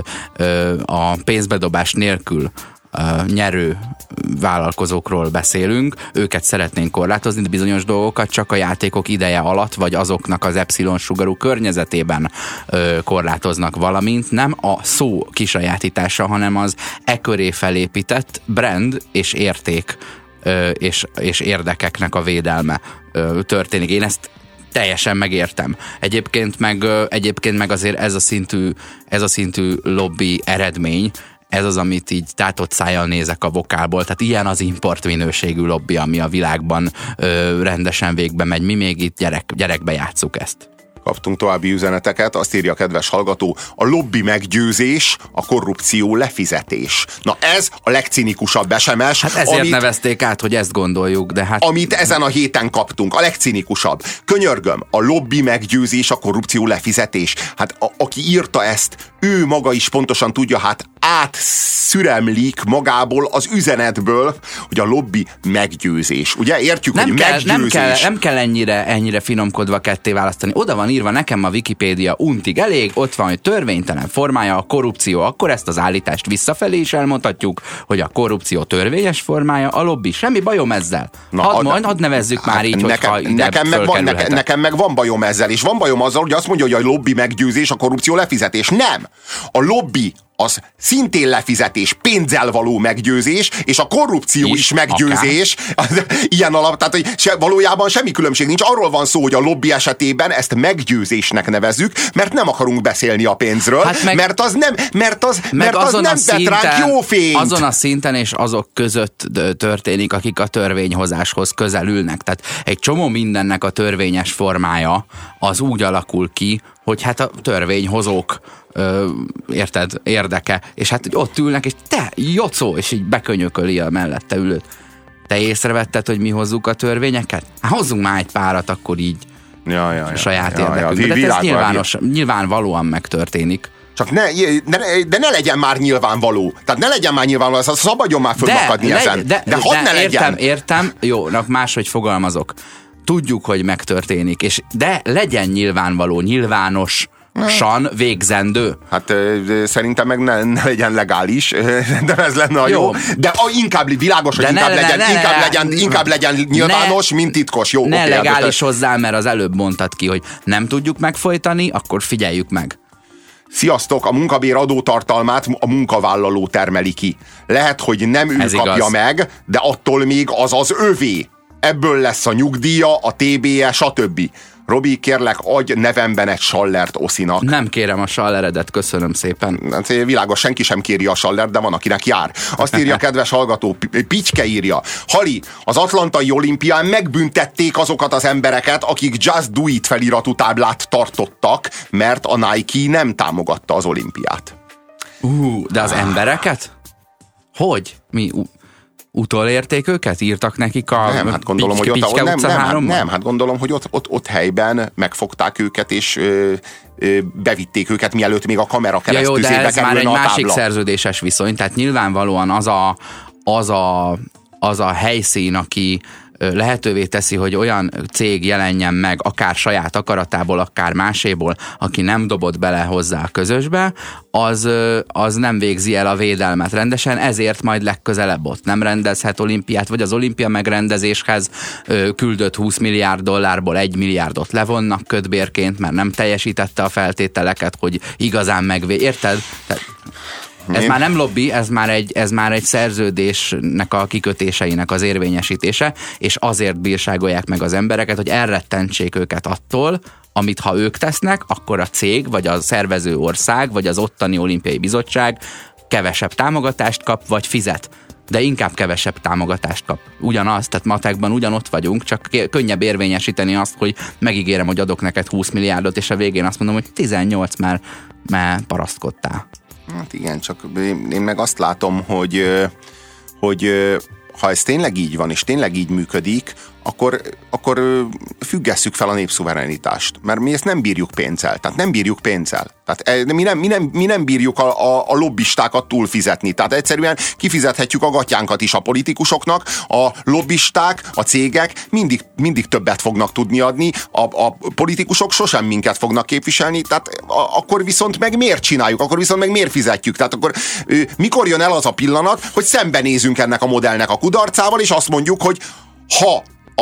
a pénzbedobás nélkül nyerő vállalkozókról beszélünk, őket szeretnénk korlátozni, de bizonyos dolgokat csak a játékok ideje alatt, vagy azoknak az epsilon-sugarú környezetében korlátoznak, valamint nem a szó kisajátítása, hanem az köré felépített brand és érték és érdekeknek a védelme. történik. Én ezt teljesen megértem. Egyébként meg azért ez a szintű lobby eredmény, ez az, amit így tátott szájjal nézek a vokálból. Tehát ilyen az import minőségű lobby, ami a világban rendesen végbe megy. Mi még itt gyerekbe játsszuk ezt. Kaptunk további üzeneteket, azt írja a kedves hallgató, a lobby meggyőzés, a korrupció lefizetés. Na ez a legcinikusabb SMS. Hát ezért nevezték át, hogy ezt gondoljuk, de hát... Amit ezen a héten kaptunk, a legcinikusabb. Könyörgöm, a lobby meggyőzés, a korrupció lefizetés. Hát aki írta ezt, ő maga is pontosan tudja, hát átszüremlik magából az üzenetből, hogy a lobby meggyőzés. Ugye értjük, hogy meggyőzés. Nem kell ennyire finomkodva ketté választani. Oda van írva nekem a Wikipédia untig elég, ott van, hogy törvénytelen formája a korrupció, akkor ezt az állítást visszafelé is elmondhatjuk, hogy a korrupció törvényes formája, a lobby. Semmi bajom ezzel. Hadd nevezzük már így, hogyha nekem meg van bajom ezzel, és van bajom azzal, hogy azt mondja, hogy a lobby meggyőzés, a korrupció lefizetés. Nem! A lobby az szintén lefizetés, pénzzel való meggyőzés, és a korrupció is meggyőzés. Ilyen alap, tehát hogy valójában semmi különbség nincs. Arról van szó, hogy a lobby esetében ezt meggyőzésnek nevezzük, mert nem akarunk beszélni a pénzről, hát mert az nem vet ránk jó fényt. Azon a szinten és azok között történik, akik a törvényhozáshoz közelülnek. Tehát egy csomó mindennek a törvényes formája az úgy alakul ki, hogy hát a törvényhozók érted, érdeke, és hát hogy ott ülnek, és te, jocó, és így bekönyököli a mellette ülőt. Te észrevetted, hogy mi hozzuk a törvényeket? Hát hozzunk már egy párat, akkor így saját érdekünk. De ez nyilvánvalóan megtörténik. Csak de ne legyen már nyilvánvaló. Tehát ne legyen már nyilvánvaló, szabadjon már fölmakadni ezen. De hadd ne legyen. Értem, jó, máshogy fogalmazok. Tudjuk, hogy megtörténik, de legyen nyilvánvaló, nyilvánosan végzendő. Hát szerintem meg ne legyen legális, de ez lenne a jó. De inkább világos, hogy inkább legyen nyilvános, mint titkos. Jó, ne legális hozzá, mert az előbb mondtad ki, hogy nem tudjuk megfojtani, akkor figyeljük meg. Sziasztok, a munkabér adótartalmát a munkavállaló termeli ki. Lehet, hogy nem ő kapja igaz. Meg, de attól még az az övé. Ebből lesz a nyugdíja, a TB-je, stb. Robi, kérlek, adj nevemben egy sallert Oszinak. Nem kérem a salleredet, köszönöm szépen. Hát, világos, senki sem kéri a sallert, de van, akinek jár. Azt írja a kedves hallgató, Picske írja. Hali, az Atlantai Olimpián megbüntették azokat az embereket, akik Just Do It feliratú táblát tartottak, mert a Nike nem támogatta az olimpiát. De az embereket? Hogy? Mi... Utolérték őket? Írtak nekik a hát gondolom, hogy Picske utca 3-ban? Nem, hát gondolom, hogy ott helyben megfogták őket, és bevitték őket, mielőtt még a kamera keresztüzébe kerülne a tábla. Ja, jó, de ez már egy másik szerződéses viszony, tehát nyilvánvalóan az a helyszín, aki lehetővé teszi, hogy olyan cég jelenjen meg, akár saját akaratából, akár máséból, aki nem dobott bele hozzá a közösbe, az nem végzi el a védelmet rendesen, ezért majd legközelebb ott nem rendezhet olimpiát, vagy az olimpia megrendezéshez küldött $20 milliárd 1 milliárdot levonnak kötbérként, mert nem teljesítette a feltételeket, hogy igazán érted? Ez már nem lobby, ez már egy szerződésnek a kikötéseinek az érvényesítése, és azért bírságolják meg az embereket, hogy elrettentsék őket attól, amit ha ők tesznek, akkor a cég, vagy a szervező ország, vagy az ottani olimpiai bizottság kevesebb támogatást kap, vagy fizet. De inkább kevesebb támogatást kap. Ugyanaz, tehát matekban ugyanott vagyunk, csak könnyebb érvényesíteni azt, hogy megígérem, hogy adok neked 20 milliárdot, és a végén azt mondom, hogy 18 már parasztkodtál. Hát igen, csak én meg azt látom, hogy ha ez tényleg így van, és tényleg így működik, akkor függesszük fel a népszuverenitást. Mert mi ezt nem bírjuk pénzzel. Tehát nem bírjuk pénzzel. Tehát mi nem bírjuk a lobbistákat túlfizetni. Tehát egyszerűen kifizethetjük a gatyánkat is a politikusoknak, a lobbisták, a cégek mindig többet fognak tudni adni, a politikusok sosem minket fognak képviselni, tehát akkor viszont meg miért csináljuk, akkor viszont meg miért fizetjük? Tehát akkor mikor jön el az a pillanat, hogy szembenézünk ennek a modellnek a kudarcával, és azt mondjuk, hogy ha a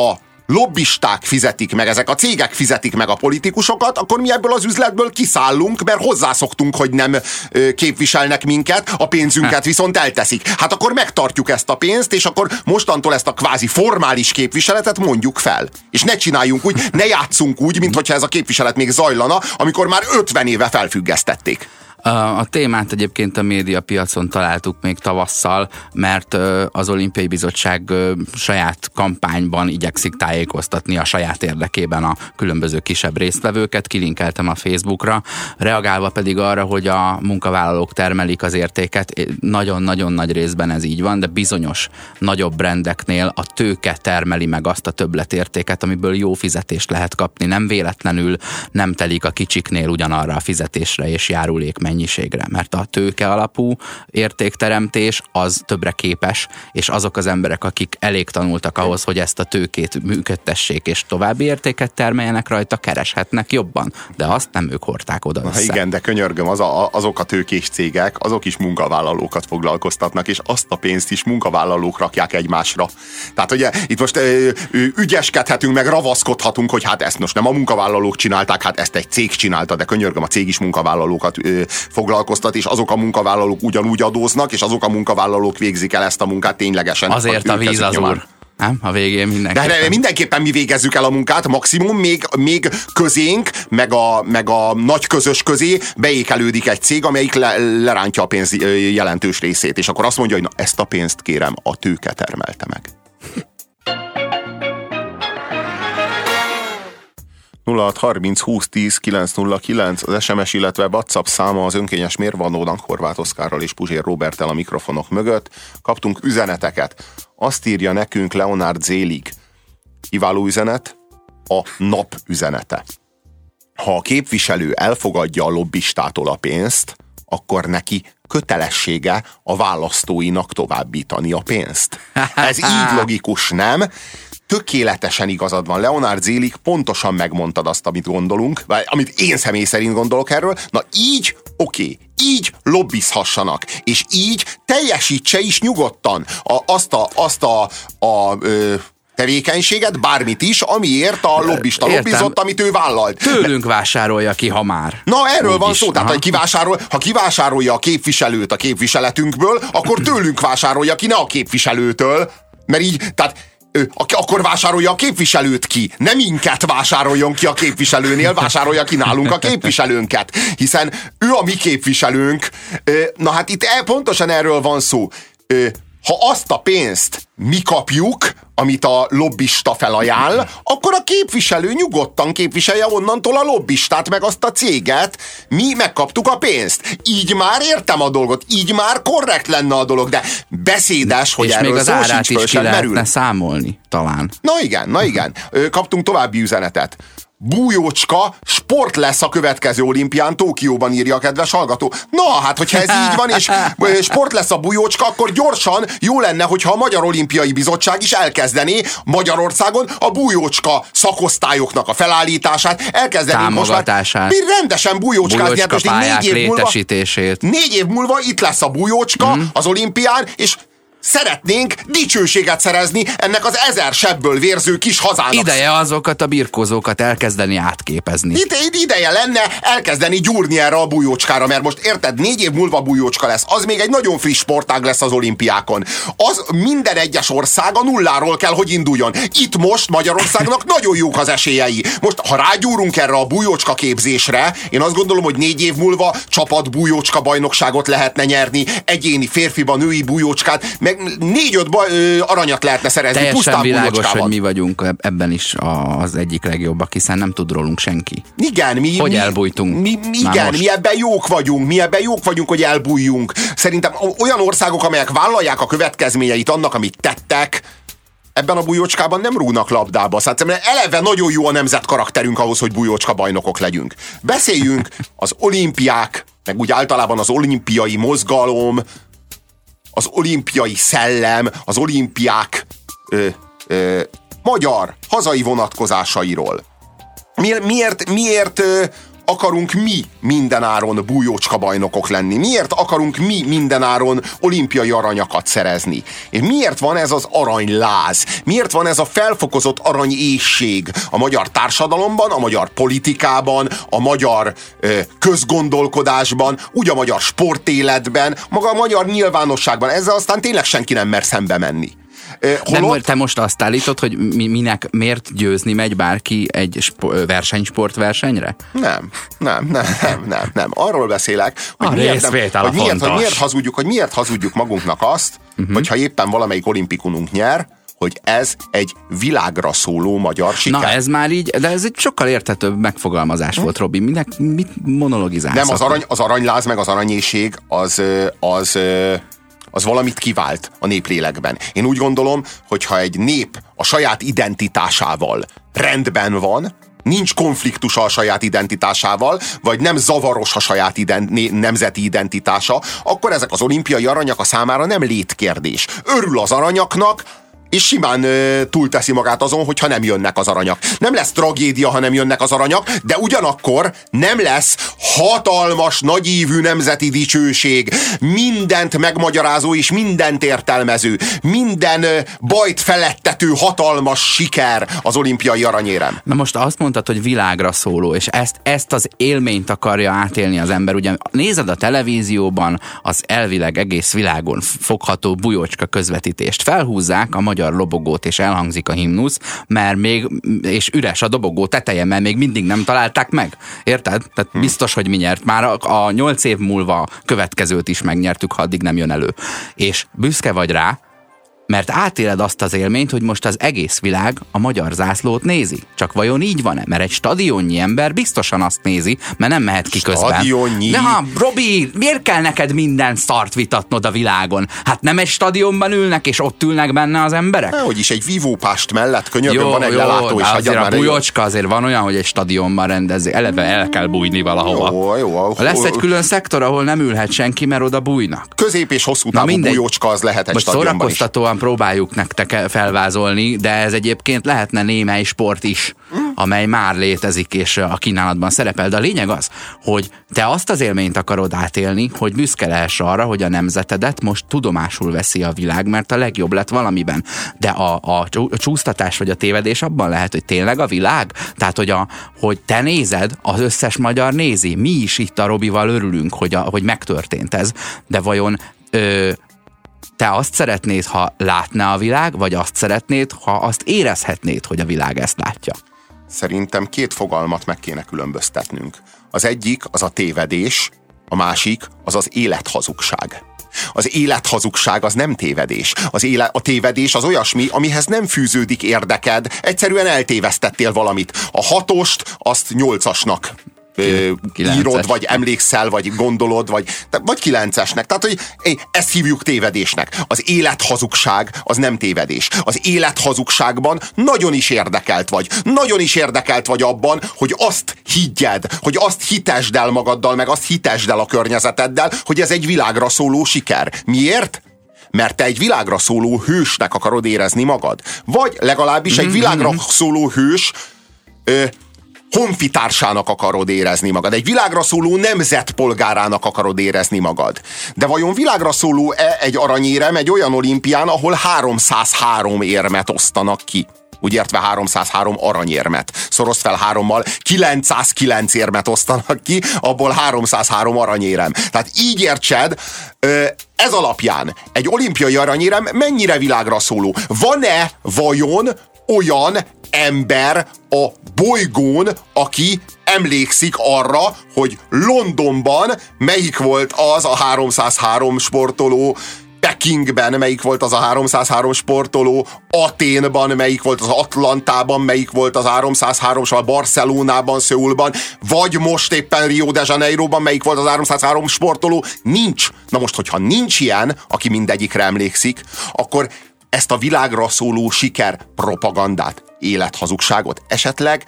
lobbisták fizetik meg, ezek a cégek fizetik meg a politikusokat, akkor mi ebből az üzletből kiszállunk, mert hozzászoktunk, hogy nem képviselnek minket, a pénzünket viszont elteszik. Hát akkor megtartjuk ezt a pénzt, és akkor mostantól ezt a kvázi formális képviseletet mondjuk fel. És ne csináljunk úgy, ne játszunk úgy, mintha ez a képviselet még zajlana, amikor már 50 éve felfüggesztették. A témát egyébként a médiapiacon találtuk még tavasszal, mert az Olimpiai Bizottság saját kampányban igyekszik tájékoztatni a saját érdekében a különböző kisebb résztvevőket, kilinkeltem a Facebookra, reagálva pedig arra, hogy a munkavállalók termelik az értéket, nagyon-nagyon nagy részben ez így van, de bizonyos nagyobb brandeknél a tőke termeli meg azt a többletértéket, amiből jó fizetést lehet kapni, nem véletlenül nem telik a kicsiknél ugyanarra a fizetésre és járulék mennyiségre, mert a tőke alapú értékteremtés az többre képes, és azok az emberek, akik elég tanultak ahhoz, hogy ezt a tőkét működtessék, és további értéket termeljenek rajta, kereshetnek jobban, de azt nem ők hordták oda össze. Igen, de könyörgöm, azok a tőkés cégek, azok is munkavállalókat foglalkoztatnak, és azt a pénzt is munkavállalók rakják egymásra. Tehát ugye itt most ügyeskedhetünk, meg ravaszkodhatunk, hogy hát ezt most nem a munkavállalók csinálták, hát ezt egy cég csinálta, de könyörgöm, a cég is munkavállalókat foglalkoztat, és azok a munkavállalók ugyanúgy adóznak, és azok a munkavállalók végzik el ezt a munkát ténylegesen. Azért a víz az úr. Nem? A végén mindenképpen. De mindenképpen mi végezzük el a munkát, maximum még közénk, meg a nagy közös közé beékelődik egy cég, amelyik lerántja a pénz jelentős részét, és akkor azt mondja, hogy na, ezt a pénzt kérem, a tőke termelte meg. 0630 20 10 909 az SMS, illetve WhatsApp száma az önkényes mérvadónak Horváth Oszkárral és Puzsér Róberttel a mikrofonok mögött. Kaptunk üzeneteket. Azt írja nekünk Leonard Zélig. Kiváló üzenet, a nap üzenete. Ha a képviselő elfogadja a lobbistától a pénzt, akkor neki kötelessége a választóinak továbbítani a pénzt. Ez így logikus, nem? Tökéletesen igazad van. Leonard Zélig, pontosan megmondtad azt, amit gondolunk, vagy amit én személy szerint gondolok erről. Na így oké, így lobbizhassanak, és így teljesítse is nyugodtan azt a tevékenységet, bármit is, amiért a lobbista lobbizott, amit ő vállalt. Tőlünk vásárolja ki, ha már. Na, erről van szó. Tehát, ha kivásárolja a képviselőt a képviseletünkből, akkor tőlünk vásárolja ki, ne a képviselőtől. Mert így, tehát akkor vásárolja a képviselőt ki. Nem minket vásároljon ki a képviselőnél, vásárolja ki nálunk a képviselőnket. Hiszen ő a mi képviselőnk. Na hát itt pontosan erről van szó. Ha azt a pénzt mi kapjuk, amit a lobbista felajánl, akkor a képviselő nyugodtan képviselje onnantól a lobbistát, meg azt a céget. Mi megkaptuk a pénzt. Így már értem a dolgot, így már korrekt lenne a dolog, de beszédes, hogy és erről még az szó árát sincs, is ki lehetne számolni, talán. Na igen. Kaptunk további üzenetet. Bújócska sport lesz a következő olimpián, Tokióban, írja a kedves hallgató. Na, hát, hogyha ez így van, és sport lesz a bújócska, akkor gyorsan jó lenne, hogyha a Magyar Olimpiai Bizottság is elkezdené Magyarországon a bújócska szakosztályoknak a felállítását, elkezdenénk most már rendesen bújócskázni. Bújócska pályák létesítését. 4 év múlva itt lesz a bújócska az olimpián, és szeretnénk dicsőséget szerezni ennek az 1000 sebből vérző kis hazának. Ideje azokat a birkózókat elkezdeni átképezni. Ideje lenne elkezdeni gyúrni erre a bújócskára, mert most érted, 4 év múlva bújócska lesz. Az még egy nagyon friss sportág lesz az olimpiákon. Az minden egyes ország a nulláról kell, hogy induljon. Itt most Magyarországnak nagyon jók az esélyei. Most, ha rágyúrunk erre a bújócska képzésre, én azt gondolom, hogy 4 év múlva csapat bújócska bajnokságot lehetne nyerni, egyéni férfiba, női bújócskát, meg 4-5 aranyat lehetne szerezni. Teljesen világos, hogy mi vagyunk ebben is az egyik legjobbak, hiszen nem tud rólunk senki. Igen, elbújtunk. Mi ebben jók vagyunk, hogy elbújjunk. Szerintem olyan országok, amelyek vállalják a következményeit annak, amit tettek, ebben a bújócskában nem rúgnak labdába. Szóval eleve nagyon jó a nemzet karakterünk ahhoz, hogy bújócska bajnokok legyünk. Beszéljünk az olimpiák, meg úgy általában az olimpiai mozgalom, az olimpiai szellem, az olimpiák magyar, hazai vonatkozásairól. Miért akarunk mi mindenáron bújócska bajnokok lenni? Miért akarunk mi mindenáron olimpiai aranyakat szerezni? És miért van ez az aranyláz? Miért van ez a felfokozott aranyéhség a magyar társadalomban, a magyar politikában, a magyar közgondolkodásban, úgy a magyar sportéletben, maga a magyar nyilvánosságban? Ezzel aztán tényleg senki nem mer szembe menni. De te most azt állítod, hogy miért győzni megy bárki egy versenysportversenyre? Nem. Arról beszélek, hogy miért hazudjuk magunknak azt, hogyha éppen valamelyik olimpikununk nyer, hogy ez egy világra szóló magyar siker. Na ez már így, de ez egy sokkal érthetőbb megfogalmazás volt, Robi. Mit monologizálsz? Nem, az aranyláz meg az aranyéhség az valamit kivált a néplélekben. Én úgy gondolom, hogy ha egy nép a saját identitásával rendben van, nincs konfliktusa a saját identitásával, vagy nem zavaros a saját nemzeti identitása, akkor ezek az olimpiai aranyak a számára nem létkérdés. Örül az aranyaknak, és simán túlteszi magát azon, hogyha nem jönnek az aranyak. Nem lesz tragédia, ha nem jönnek az aranyak, de ugyanakkor nem lesz hatalmas, nagyívű nemzeti dicsőség, mindent megmagyarázó és mindent értelmező, minden bajt felettető hatalmas siker az olimpiai aranyérem. Na most azt mondtad, hogy világra szóló, és ezt az élményt akarja átélni az ember. Ugye nézed a televízióban az elvileg egész világon fogható bujócska közvetítést. Felhúzzák a magyar lobogót, és elhangzik a himnusz, és üres a dobogó teteje, mert még mindig nem találták meg. Érted? Tehát biztos, hogy mi nyert. Már a 8 év múlva következőt is megnyertük, ha addig nem jön elő. És büszke vagy rá, mert átéled azt az élményt, hogy most az egész világ a magyar zászlót nézi. Csak vajon így van-e? Mert egy stadionnyi ember biztosan azt nézi, mert nem mehet ki közben. Stadionnyi? De Robi, miért kell neked minden szart vitatnod a világon? Hát nem egy stadionban ülnek, és ott ülnek benne az emberek? Hogy is egy vívópást mellett könyörgöm van egy lelátó, és azért a bújócska azért van olyan, hogy egy stadionban rendezik. Eleve el kell bújni valahova. Jó. Lesz egy külön szektor, ahol nem ülhet senki, mert oda bújnak. Közép és hosszú távú bújócska az lehet egy stadionban is. Próbáljuk nektek felvázolni, de ez egyébként lehetne némely sport is, amely már létezik és a kínálatban szerepel. De a lényeg az, hogy te azt az élményt akarod átélni, hogy büszke lehess arra, hogy a nemzetedet most tudomásul veszi a világ, mert a legjobb lett valamiben. De a csúsztatás vagy a tévedés abban lehet, hogy tényleg a világ? Tehát, hogy te nézed, az összes magyar nézi. Mi is itt a Robival örülünk, hogy megtörtént ez. De vajon te azt szeretnéd, ha látná a világ, vagy azt szeretnéd, ha azt érezhetnéd, hogy a világ ezt látja? Szerintem 2 fogalmat meg kéne különböztetnünk. Az egyik az a tévedés, a másik az élethazugság. Az élethazugság az nem tévedés. A tévedés az olyasmi, amihez nem fűződik érdeked, egyszerűen eltévesztettél valamit. A 6-ost azt 8-asnak írod, vagy emlékszel, vagy gondolod, vagy 9-esnek. Tehát, hogy ezt hívjuk tévedésnek. Az élethazugság az nem tévedés. Az élethazugságban nagyon is érdekelt vagy. Nagyon is érdekelt vagy abban, hogy azt higgyed, hogy azt hitesd el magaddal, meg azt hitesd el a környezeteddel, hogy ez egy világra szóló siker. Miért? Mert te egy világra szóló hősnek akarod érezni magad. Vagy legalábbis egy világra szóló hős honfitársának akarod érezni magad. Egy világra szóló nemzetpolgárának akarod érezni magad. De vajon világra szóló-e egy aranyérem egy olyan olimpián, ahol 303 érmet osztanak ki? Úgy értve 303 aranyérmet. Szorozd fel 3-mal, 909 érmet osztanak ki, abból 303 aranyérem. Tehát így értsed, ez alapján egy olimpiai aranyérem mennyire világra szóló? Van-e vajon olyan ember a bolygón, aki emlékszik arra, hogy Londonban melyik volt az a 303 sportoló, Pekingben melyik volt az a 303 sportoló, Aténban melyik volt az Atlantában, melyik volt az 303, a Barcelonában, Szöulban, vagy most éppen Rio de Janeiroban melyik volt az 303 sportoló? Nincs. Na most, hogyha nincs ilyen, aki mindegyikre emlékszik, akkor ezt a világra szóló siker propagandát, élethazugságot esetleg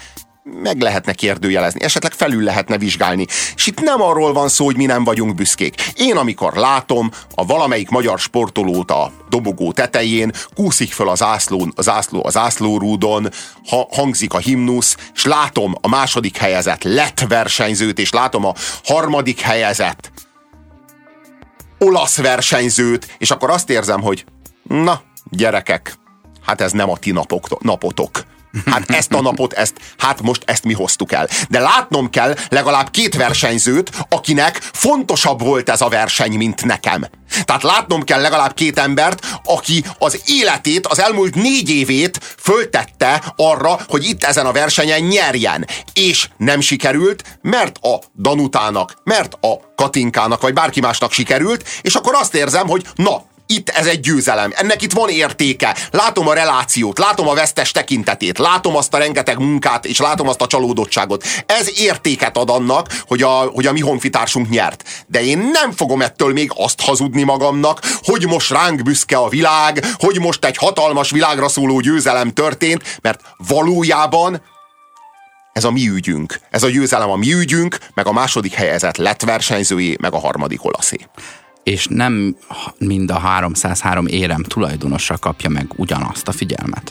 meg lehetne kérdőjelezni, esetleg felül lehetne vizsgálni. És itt nem arról van szó, hogy mi nem vagyunk büszkék. Én amikor látom a valamelyik magyar sportolót a dobogó tetején, kúszik föl a zászlórúdon, hangzik a himnusz, és látom a második helyezett lett versenyzőt, és látom a harmadik helyezett olasz versenyzőt, és akkor azt érzem, hogy na, gyerekek, hát ez nem a ti napotok. Hát ezt a napot, most ezt mi hoztuk el. De látnom kell legalább 2 versenyzőt, akinek fontosabb volt ez a verseny, mint nekem. Tehát látnom kell legalább 2 embert, aki az életét, az elmúlt 4 évét föltette arra, hogy itt ezen a versenyen nyerjen. És nem sikerült, mert a Danutának, mert a Katinkának, vagy bárki másnak sikerült, és akkor azt érzem, hogy na, itt ez egy győzelem, ennek itt van értéke, látom a relációt, látom a vesztes tekintetét, látom azt a rengeteg munkát, és látom azt a csalódottságot. Ez értéket ad annak, hogy a mi honfitársunk nyert. De én nem fogom ettől még azt hazudni magamnak, hogy most ránk büszke a világ, hogy most egy hatalmas világra szóló győzelem történt, mert valójában ez a mi ügyünk. Ez a győzelem a mi ügyünk, meg a második helyezett lett versenyzőjé, meg a harmadik olaszé. És nem mind a 303 érem tulajdonosa kapja meg ugyanazt a figyelmet.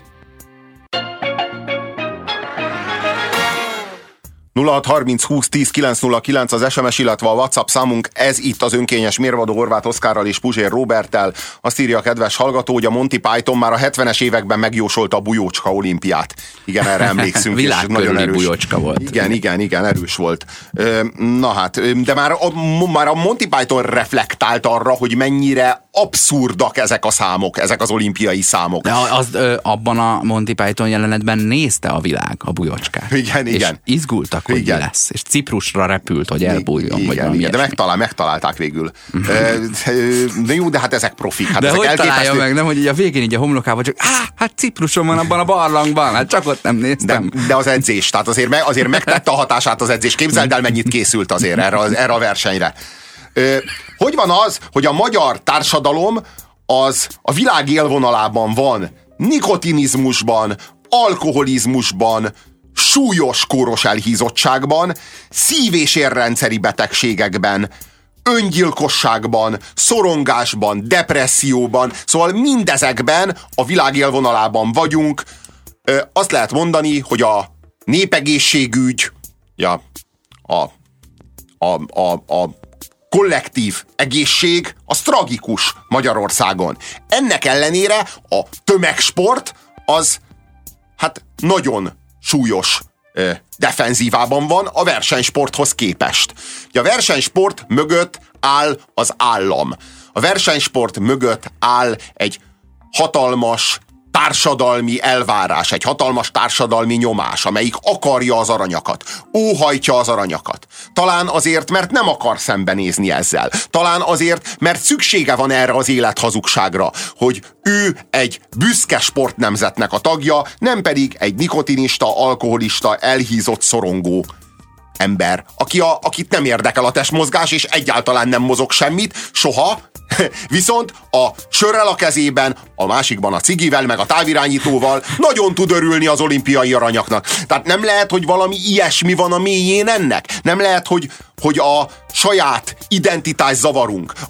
0630 20 10 909 az SMS, illetve a WhatsApp számunk, ez itt az önkényes mérvadó Horváth Oszkárral és Puzsér Róberttel. Azt írja a kedves hallgató, hogy a Monty Python már a 70-es években megjósolta a bujócska olimpiát. Igen, erre emlékszünk. Világkörüli bujócska volt. Igen, erős volt. Na hát, de már a Monty Python reflektált arra, hogy mennyire abszurdak ezek a számok, ezek az olimpiai számok. De abban a Monty Python jelenetben nézte a világ a bujócskát. Igen. És izgultak, hogy mi lesz. És Ciprusra repült, hogy elbújjon. Igen, de megtalálták végül. De jó, de hát ezek profik. Hát de ezek hogy találja meg, nem, hogy így a végén így a homlokában csak hát Cipruson van abban a barlangban, hát csak ott nem néztem. De az edzés, tehát azért megtette a hatását az edzés. Képzeld el, mennyit készült azért erre a versenyre. Hogy van az, hogy a magyar társadalom az a világ élvonalában van nikotinizmusban, alkoholizmusban, súlyos kóros elhízottságban, szív- és érrendszeri betegségekben, öngyilkosságban, szorongásban, depresszióban, szóval mindezekben a világ élvonalában vagyunk. Azt lehet mondani, hogy a népegészségügy, a kollektív egészség az tragikus Magyarországon. Ennek ellenére a tömegsport az hát nagyon súlyos defenzívában van a versenysporthoz képest. A versenysport mögött áll az állam. A versenysport mögött áll egy hatalmas társadalmi elvárás, egy hatalmas társadalmi nyomás, amelyik akarja az aranyakat, óhajtja az aranyakat. Talán azért, mert nem akar szembenézni ezzel. Talán azért, mert szüksége van erre az élethazugságra, hogy ő egy büszke sportnemzetnek a tagja, nem pedig egy nikotinista, alkoholista, elhízott, szorongó ember, akit nem érdekel a testmozgás, és egyáltalán nem mozog semmit, soha, viszont a sörrel a kezében, a másikban a cigivel, meg a távirányítóval nagyon tud örülni az olimpiai aranyaknak. Tehát nem lehet, hogy valami ilyesmi van a mélyén ennek. Nem lehet, hogy a saját identitászavarunk, a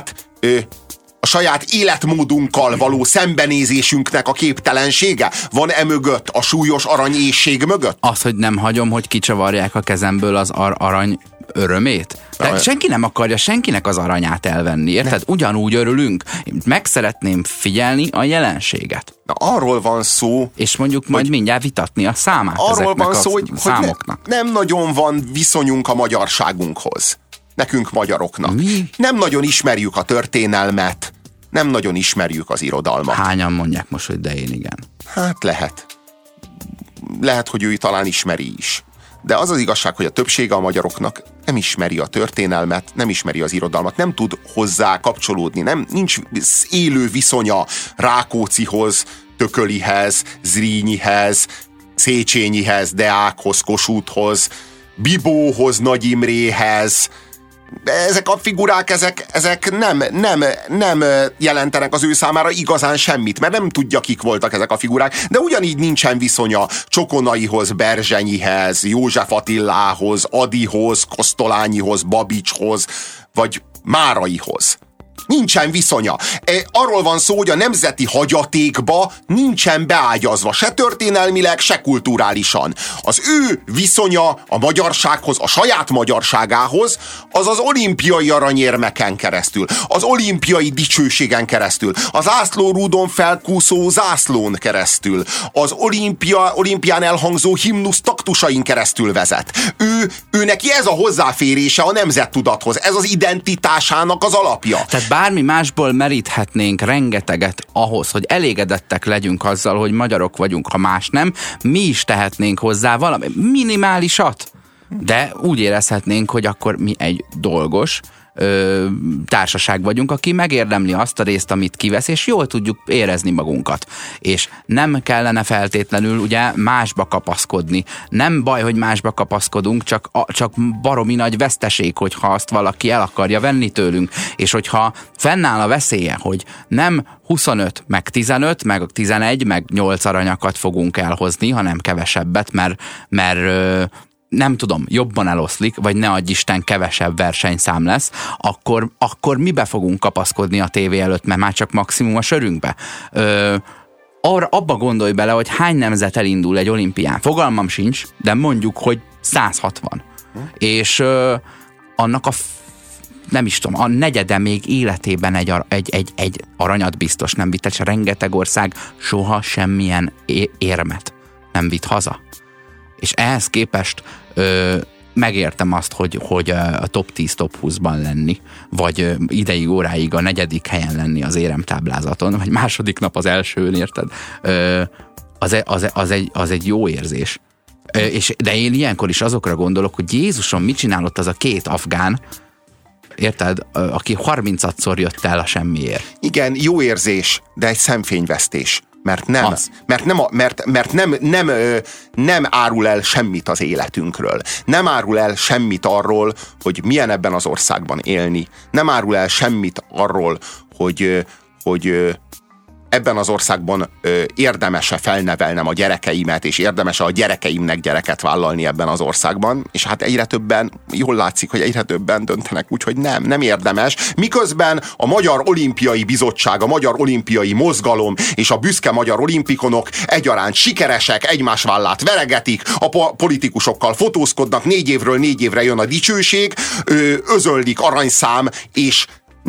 saját életmódunkkal való szembenézésünknek a képtelensége van emögött, a súlyos aranyészség mögött? Az, hogy nem hagyom, hogy kicsavarják a kezemből az arany örömét? De senki nem akarja senkinek az aranyát elvenni, érted? Ugyanúgy örülünk. Meg szeretném figyelni a jelenséget. Na, arról van szó... És mondjuk majd mindjárt vitatni a számát arról van szó, hogy számoknak. Nem nagyon van viszonyunk a magyarságunkhoz. Nekünk magyaroknak. Mi? Nem nagyon ismerjük a történelmet, nem nagyon ismerjük az irodalmat. Hányan mondják most, hogy de én igen? Hát lehet. Lehet, hogy ő talán ismeri is. De az az igazság, hogy a többsége a magyaroknak nem ismeri a történelmet, nem ismeri az irodalmat, nem tud hozzá kapcsolódni, nincs élő viszonya Rákóczihoz, Tökölihez, Zrínyihez, Széchenyihez, Deákhoz, Kossuthhoz, Bibóhoz, Nagy Imréhez, ezek a figurák, ezek nem jelentenek az ő számára igazán semmit, mert nem tudja, kik voltak ezek a figurák, de ugyanígy nincsen viszonya Csokonaihoz, Berzsenyihez, József Attilához, Adihoz, Kosztolányihoz, Babicshoz, vagy Máraihoz. Nincsen viszonya. Arról van szó, hogy a nemzeti hagyatékba nincsen beágyazva, se történelmileg, se kulturálisan. Az ő viszonya a magyarsághoz, a saját magyarságához, az az olimpiai aranyérmeken keresztül, az olimpiai dicsőségen keresztül, az zászlórúdon felkúszó zászlón keresztül, az olimpián elhangzó himnusz taktusain keresztül vezet. Ő neki ez a hozzáférése a nemzettudathoz, ez az identitásának az alapja. Tehát bármi másból meríthetnénk rengeteget ahhoz, hogy elégedettek legyünk azzal, hogy magyarok vagyunk, ha más nem, mi is tehetnénk hozzá valami minimálisat, de úgy érezhetnénk, hogy akkor mi egy dolgos társaság vagyunk, aki megérdemli azt a részt, amit kivesz, és jól tudjuk érezni magunkat. És nem kellene feltétlenül ugye másba kapaszkodni. Nem baj, hogy másba kapaszkodunk, csak baromi nagy veszteség, hogyha azt valaki el akarja venni tőlünk. És hogyha fennáll a veszélye, hogy nem 25, meg 15, meg 11, meg 8 aranyakat fogunk elhozni, hanem kevesebbet, mert nem tudom, jobban eloszlik, vagy ne adj Isten, kevesebb versenyszám lesz, akkor mibe fogunk kapaszkodni a tévé előtt, mert már csak maximum a sörünkbe. Abba gondolj bele, hogy hány nemzet elindul egy olimpián. Fogalmam sincs, de mondjuk, hogy 160. És annak nem is tudom, a negyede még életében egy aranyat biztos nem vitt, és rengeteg ország soha semmilyen érmet nem vitt haza. És ehhez képest megértem azt, hogy a top 10, top 20-ban lenni, vagy ideig óráig a 4. helyen lenni az éremtáblázaton, vagy második nap az elsőn, érted? Az egy jó érzés. De én ilyenkor is azokra gondolok, hogy Jézusom, mit csinálott az a 2 afgán, érted? Aki 30-szor jött el a semmiért. Igen, jó érzés, de egy szemfényvesztés. Mert nem árul el semmit az életünkről. Nem árul el semmit arról, hogy milyen ebben az országban élni. Nem árul el semmit arról, hogy ebben az országban érdemese felnevelnem a gyerekeimet, és érdemese a gyerekeimnek gyereket vállalni ebben az országban, és hát egyre többen, jól látszik, hogy egyre többen döntenek úgy, hogy nem érdemes. Miközben a Magyar Olimpiai Bizottság, a Magyar Olimpiai Mozgalom és a büszke magyar olimpikonok egyaránt sikeresek, egymás vállát veregetik, a politikusokkal fotózkodnak, 4 évről 4 évre jön a dicsőség, özönlik aranyszám, és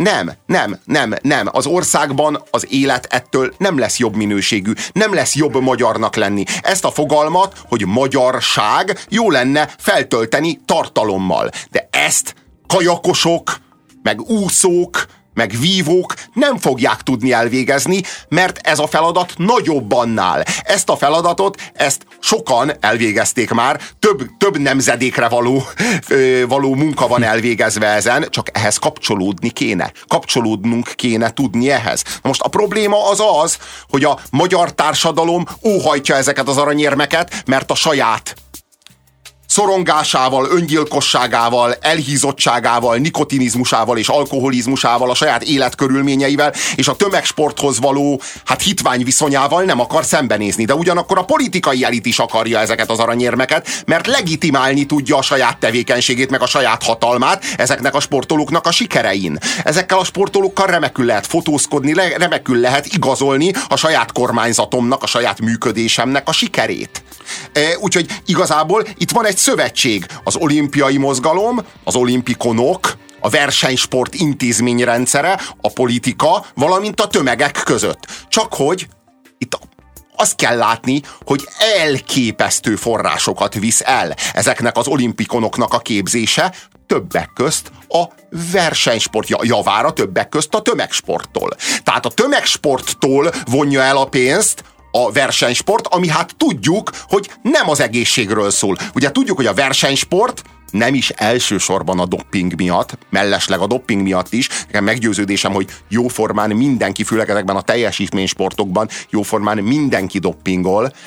nem. Az országban az élet ettől nem lesz jobb minőségű, nem lesz jobb magyarnak lenni. Ezt a fogalmat, hogy magyarság, jó lenne feltölteni tartalommal. De ezt kajakosok, meg úszók, meg vívók nem fogják tudni elvégezni, mert ez a feladat nagyobb annál. Ezt a feladatot, ezt sokan elvégezték már, több nemzedékre való munka van elvégezve ezen, csak ehhez kapcsolódnunk kéne tudni ehhez. Na most a probléma az, hogy a magyar társadalom óhajtja ezeket az aranyérmeket, mert a saját szorongásával, öngyilkosságával, elhízottságával, nikotinizmusával és alkoholizmusával, a saját életkörülményeivel és a tömegsporthoz való hitvány viszonyával nem akar szembenézni. De ugyanakkor a politikai elit is akarja ezeket az aranyérmeket, mert legitimálni tudja a saját tevékenységét, meg a saját hatalmát ezeknek a sportolóknak a sikerein. Ezekkel a sportolókkal remekül lehet fotózkodni, remekül lehet igazolni a saját kormányzatomnak, a saját működésemnek a sikerét. Úgyhogy igazából itt van egy szövetség, az olimpiai mozgalom, az olimpikonok, a versenysport intézményrendszere, a politika, valamint a tömegek között. Csak hogy itt azt kell látni, hogy elképesztő forrásokat visz el ezeknek az olimpikonoknak a képzése, többek közt a versenysport javára, többek közt a tömegsporttól. Tehát a tömegsporttól vonja el a pénzt a versenysport, ami tudjuk, hogy nem az egészségről szól. Ugye tudjuk, hogy a versenysport nem is elsősorban a dopping miatt, mellesleg a dopping miatt is. Nekem meggyőződésem, hogy jóformán mindenki, főleg ezekben a teljesítménysportokban jóformán mindenki doppingol,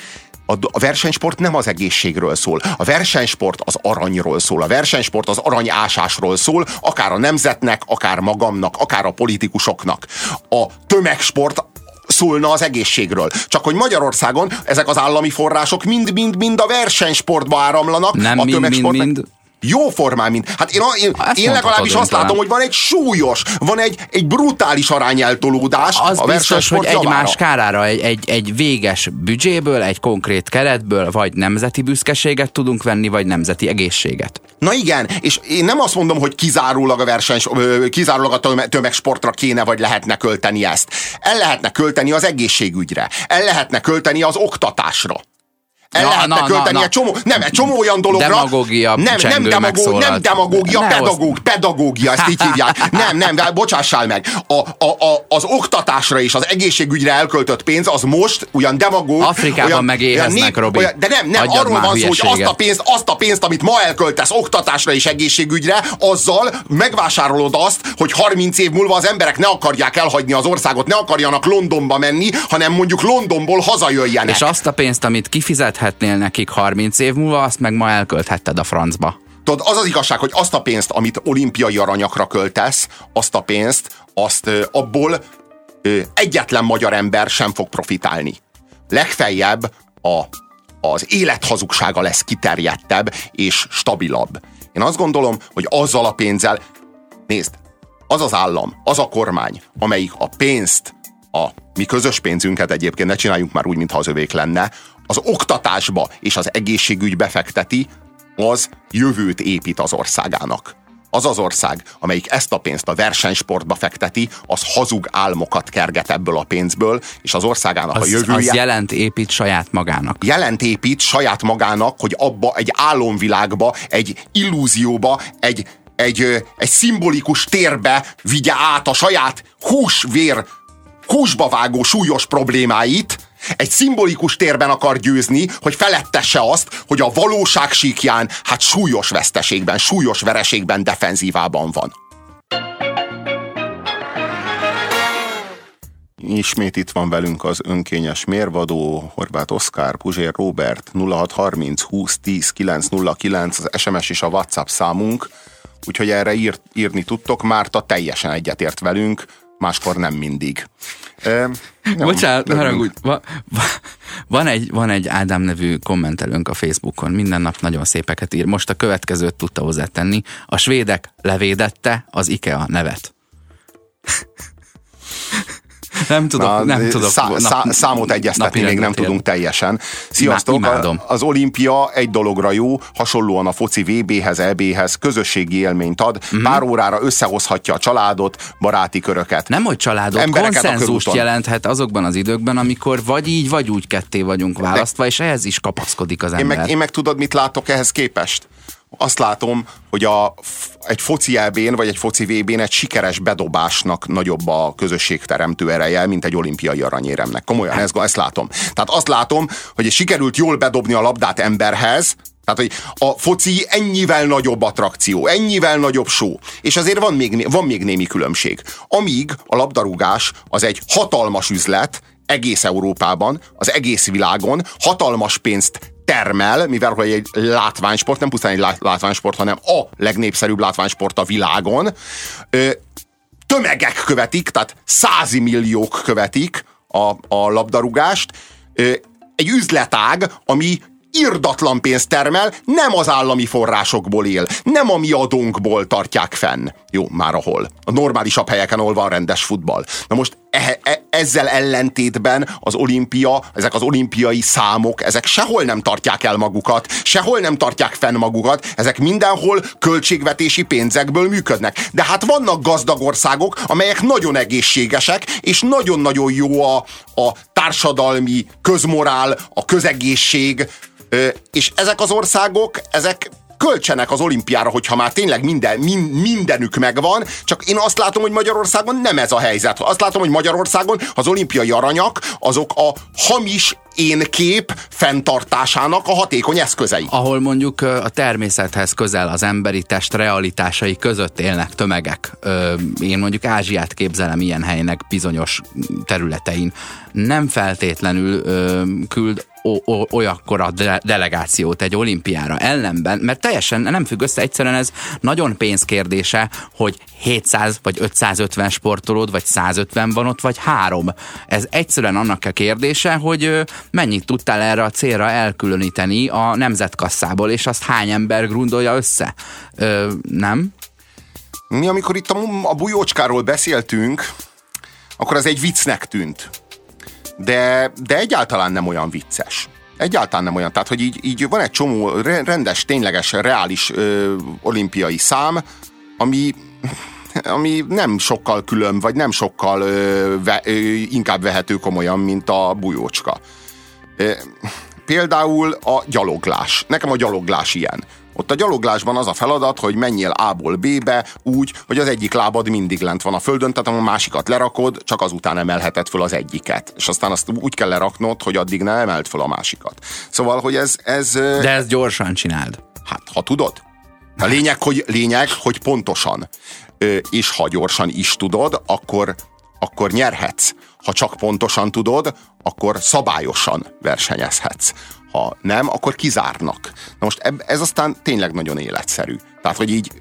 A versenysport nem az egészségről szól. A versenysport az aranyról szól. A versenysport az aranyásásról szól, akár a nemzetnek, akár magamnak, akár a politikusoknak. A tömegsport szólna az egészségről. Csak hogy Magyarországon ezek az állami források mind a versenysportba áramlanak. Nem a tömegsport mind. Jó formán, mint. Hát én legalábbis azt látom, hogy van egy súlyos, van egy brutális arányeltolódás az a biztos, hogy javára. egymás kárára egy véges büdzséből, egy konkrét keretből vagy nemzeti büszkeséget tudunk venni, vagy nemzeti egészséget. Na igen, és én nem azt mondom, hogy kizárólag a tömegsportra kéne vagy lehetne költeni ezt. El lehetne költeni az egészségügyre, el lehetne költeni az oktatásra. El lehetne költeni egy csomó olyan dologra. Demagógia, nem demagógia, pedagógia, ezt így hívják. Nem, bocsássál meg. Az oktatásra és az egészségügyre elköltött pénz, az most olyan demagóg. Afrikában megéheznek, Robi. De nem, arról van szó, hogy azt a pénzt, amit ma elköltesz oktatásra és egészségügyre, azzal megvásárolod azt, hogy 30 év múlva az emberek ne akarják elhagyni az országot, ne akarjanak Londonba menni, hanem mondjuk Londonból hazajöjjenek. És azt a pénzt, amit kifizethetnél nekik 30 év múlva, azt meg ma elkölthetted a francba. Tudod, az az igazság, hogy azt a pénzt, amit olimpiai aranyakra költesz, azt a pénzt, abból egyetlen magyar ember sem fog profitálni. Legfeljebb az élethazugsága lesz kiterjedtebb és stabilabb. Én azt gondolom, hogy azzal a pénzzel, nézd, az az állam, az a kormány, amelyik a pénzt, a mi közös pénzünket egyébként, ne csináljunk már úgy, mintha az övék lenne, az oktatásba és az egészségügybe fekteti, az jövőt épít az országának. Az az ország, amelyik ezt a pénzt a versenysportba fekteti, az hazug álmokat kerget ebből a pénzből, és az országának a jövője... Az jelent épít saját magának. Jelent épít saját magának, hogy abba egy álomvilágba, egy illúzióba, egy szimbolikus térbe vigye át a saját húsba vágó súlyos problémáit, egy szimbolikus térben akar győzni, hogy felettesse azt, hogy a valóság síkján súlyos veszteségben, súlyos vereségben, defenzívában van. Ismét itt van velünk az önkényes mérvadó, Horváth Oszkár, Puzsér Róbert, 0630 20 10 909, az SMS és a WhatsApp számunk, úgyhogy erre írni tudtok. Márta teljesen egyetért velünk, máskor nem mindig. Bocsánat, haragudj. Van egy Ádám nevű kommentelőnk a Facebookon, minden nap nagyon szépeket ír. Most a következőt tudta hozzátenni. A svédek levédette az IKEA nevet. Nem tudok. Számot egyeztetni még nem tudunk teljesen. Sziasztok! Az olimpia egy dologra jó, hasonlóan a foci VB-hez, EB-hez közösségi élményt ad, pár órára összehozhatja a családot, baráti köröket. Nem, hogy családot, konszenzust jelenthet azokban az időkben, amikor vagy így, vagy úgy ketté vagyunk választva, és ehhez is kapaszkodik az ember. Én meg tudod, mit látok ehhez képest? Azt látom, hogy egy foci EB-n vagy egy foci VB-n egy sikeres bedobásnak nagyobb a közösségteremtő ereje, mint egy olimpiai aranyéremnek. Komolyan, ezt látom. Tehát azt látom, hogy sikerült jól bedobni a labdát emberhez, tehát, hogy a foci ennyivel nagyobb attrakció, ennyivel nagyobb show. És azért van még némi különbség. Amíg a labdarúgás az egy hatalmas üzlet egész Európában, az egész világon, hatalmas pénzt termel, mivel hogy egy látványsport, nem pusztán egy látványsport, hanem a legnépszerűbb látványsport a világon. Tömegek követik, tehát 100 milliók követik a labdarúgást. Egy üzletág, ami irdatlan pénzt termel, nem az állami forrásokból él, nem a mi adónkból tartják fenn. Jó, már ahol. A normálisabb helyeken, ahol van rendes futball. Na most ezzel ellentétben az olimpia, ezek az olimpiai számok, ezek sehol nem tartják el magukat, sehol nem tartják fenn magukat, ezek mindenhol költségvetési pénzekből működnek. De hát vannak gazdag országok, amelyek nagyon egészségesek, és nagyon-nagyon jó a társadalmi közmorál, a közegészség, és ezek az országok, ezek költsenek az olimpiára, hogyha már tényleg mindenük megvan, csak én azt látom, hogy Magyarországon nem ez a helyzet. Azt látom, hogy Magyarországon az olimpiai aranyak, azok a hamis én kép fenntartásának a hatékony eszközei. Ahol mondjuk a természethez közel az emberi test realitásai között élnek tömegek. Én mondjuk Ázsiát képzelem ilyen helynek bizonyos területein. Nem feltétlenül küld olyakkora delegációt egy olimpiára ellenben, mert teljesen nem függ össze, egyszerűen ez nagyon pénzkérdése, hogy 700 vagy 550 sportolód, vagy 150 van ott, vagy 3. Ez egyszerűen annak a kérdése, hogy mennyit tudtál erre a célra elkülöníteni a nemzetkasszából, és azt hány ember grundolja össze. Nem? Mi, amikor itt a bujócskáról beszéltünk, akkor az egy viccnek tűnt. De egyáltalán nem olyan vicces. Egyáltalán nem olyan. Tehát, hogy így van egy csomó rendes, tényleges, reális olimpiai szám, ami nem sokkal külön, vagy nem sokkal inkább vehető komolyan, mint a bujócska. Például a gyaloglás. Nekem a gyaloglás ilyen. Ott a gyaloglásban az a feladat, hogy menjél A-ból B-be úgy, hogy az egyik lábad mindig lent van a földön, tehát a másikat lerakod, csak azután emelheted föl az egyiket. És aztán azt úgy kell leraknod, hogy addig ne emeld föl a másikat. Szóval, hogy ez... De ezt gyorsan csináld. Hát, ha tudod. A lényeg, hogy pontosan. És ha gyorsan is tudod, akkor nyerhetsz. Ha csak pontosan tudod, akkor szabályosan versenyezhetsz. Ha nem, akkor kizárnak. Na most ez aztán tényleg nagyon életszerű. Tehát, hogy így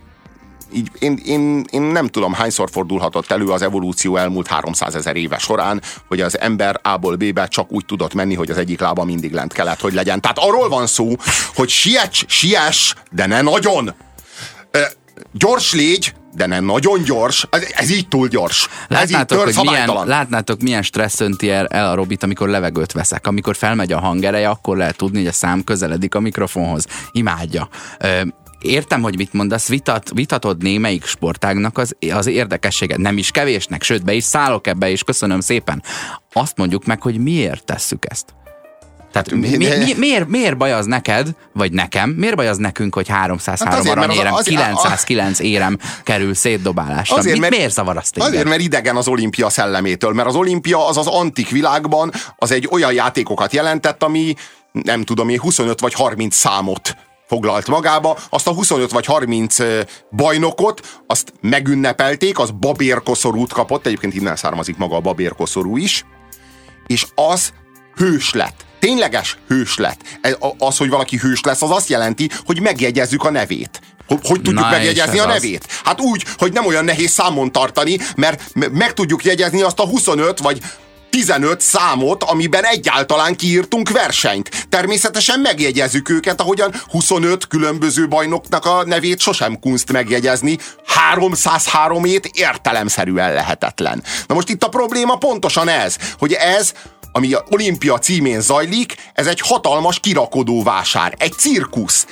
én nem tudom, hányszor fordulhatott elő az evolúció elmúlt 300 000 éve során, hogy az ember A-ból B-be csak úgy tudott menni, hogy az egyik lába mindig lent kellett, hogy legyen. Tehát arról van szó, hogy siess, de ne nagyon. Gyors légy, de nem nagyon gyors. Ez így túl gyors. Látnátok, milyen stressz önti el a Robit, amikor levegőt veszek. Amikor felmegy a hangereje, akkor lehet tudni, hogy a szám közeledik a mikrofonhoz. Imádja. Értem, hogy mit mondasz, vitatod némelyik sportágnak az érdekességet. Nem is kevésnek, sőt, be is szállok ebbe, és köszönöm szépen. Azt mondjuk meg, hogy miért tesszük ezt. Tehát miért baj az neked, vagy nekem, miért baj az nekünk, hogy 303 aranyérem, 909 érem kerül szétdobálásra? Miért zavar azt téged? Azért, mert idegen az olimpia szellemétől, mert az olimpia az antik világban az egy olyan játékokat jelentett, ami nem tudom én, 25 vagy 30 számot foglalt magába, azt a 25 vagy 30 bajnokot, azt megünnepelték, az babérkoszorút kapott, egyébként innen származik maga a babérkoszorú is, és az hős lett. Tényleges hős lett. Az, hogy valaki hős lesz, az azt jelenti, hogy megjegyezzük a nevét. Hogy tudjuk megjegyezni a nevét? Hát úgy, hogy nem olyan nehéz számon tartani, mert meg tudjuk jegyezni azt a 25 vagy 15 számot, amiben egyáltalán kiírtunk versenyt. Természetesen megjegyezzük őket, ahogyan 25 különböző bajnoknak a nevét sosem kunst megjegyezni. 303-ét értelemszerűen lehetetlen. Na most itt a probléma pontosan ez, hogy ez, ami a olimpia címén zajlik, ez egy hatalmas kirakodóvásár, egy cirkusz,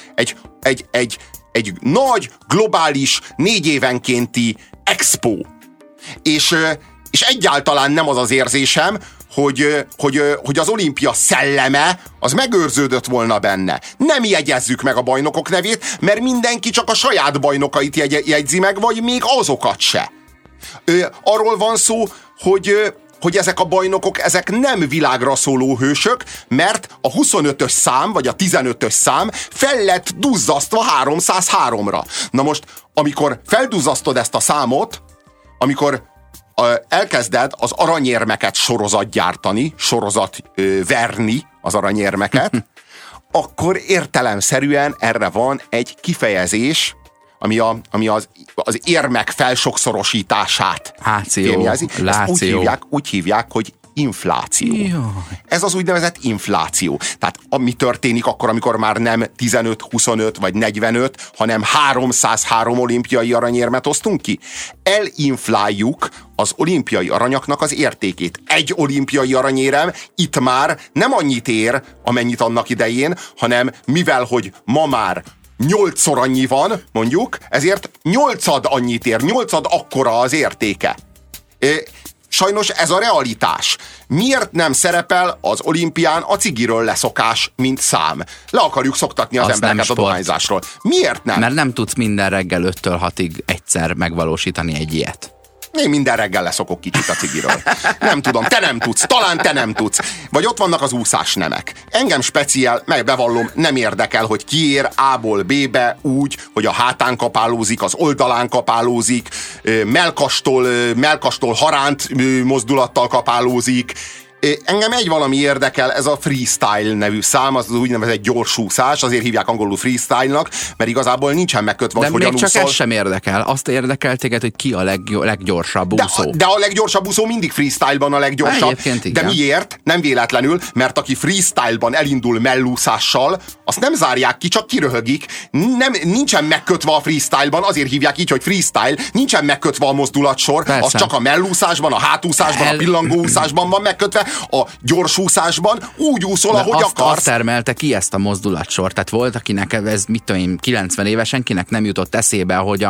egy nagy, globális, 4 évenkénti expo. És egyáltalán nem az az érzésem, hogy az olimpia szelleme az megőrződött volna benne. Nem jegyezzük meg a bajnokok nevét, mert mindenki csak a saját bajnokait jegyzi meg, vagy még azokat se. Arról van szó, hogy ezek a bajnokok, ezek nem világra szóló hősök, mert a 25-ös szám, vagy a 15-ös szám fel lett duzzasztva 303-ra. Na most, amikor felduzzasztod ezt a számot, amikor elkezded az aranyérmeket sorozatgyártani, verni az aranyérmeket, akkor értelemszerűen erre van egy kifejezés, ami az érmek felsokszorosítását fémjelzi. Ezt úgy hívják, hogy infláció. Jaj. Ez az úgynevezett infláció. Tehát ami történik akkor, amikor már nem 15, 25 vagy 45, hanem 303 olimpiai aranyérmet osztunk ki. Elinfláljuk az olimpiai aranyaknak az értékét. Egy olimpiai aranyérem itt már nem annyit ér, amennyit annak idején, hanem mivel, hogy ma már 8-szor annyi van, mondjuk, ezért 8-ad annyit ér, 8-ad akkora az értéke. Sajnos ez a realitás. Miért nem szerepel az olimpián a cigiről leszokás, mint szám? Le akarjuk szoktatni az embereket a dohányzásról. Miért nem? Mert nem tudsz minden reggel 5-től 6-ig egyszer megvalósítani egy ilyet. Én minden reggel leszokok kicsit a cigiről. Nem tudom, te nem tudsz, talán te nem tudsz. Vagy ott vannak az úszás nemek. Engem speciál, meg bevallom, nem érdekel, hogy ki ér A-ból B-be úgy, hogy a hátán kapálózik, az oldalán kapálózik, mellkastól haránt mozdulattal kapálózik. Engem egy valami érdekel, ez a freestyle nevű szám, az úgynevezett gyorsúszás, azért hívják angolul freestyle-nak, mert igazából nincsen megkötve, hogy hogyan úszol. De még csak ez sem érdekel. Azt érdekel téged, hogy ki a leggyorsabb úszó. De a leggyorsabb úszó mindig freestyle-ban a leggyorsabb. De miért? Nem véletlenül, mert aki freestyle-ban elindul mellúszással, azt nem zárják ki, csak kiröhögik. Nincsen megkötve a freestyle-ban, azért hívják így, hogy freestyle, nincsen megkötve a mozdulatsor, persze. Az csak a mellúszásban, a hátúszásban, a pillangóúszásban van megkötve. A gyorsúszásban úgy úszol, ahogy akarsz. Azt termelte ki ezt a mozdulatsort. Tehát volt, akinek ez, mit tudom én, 90 évesen, kinek nem jutott eszébe, hogy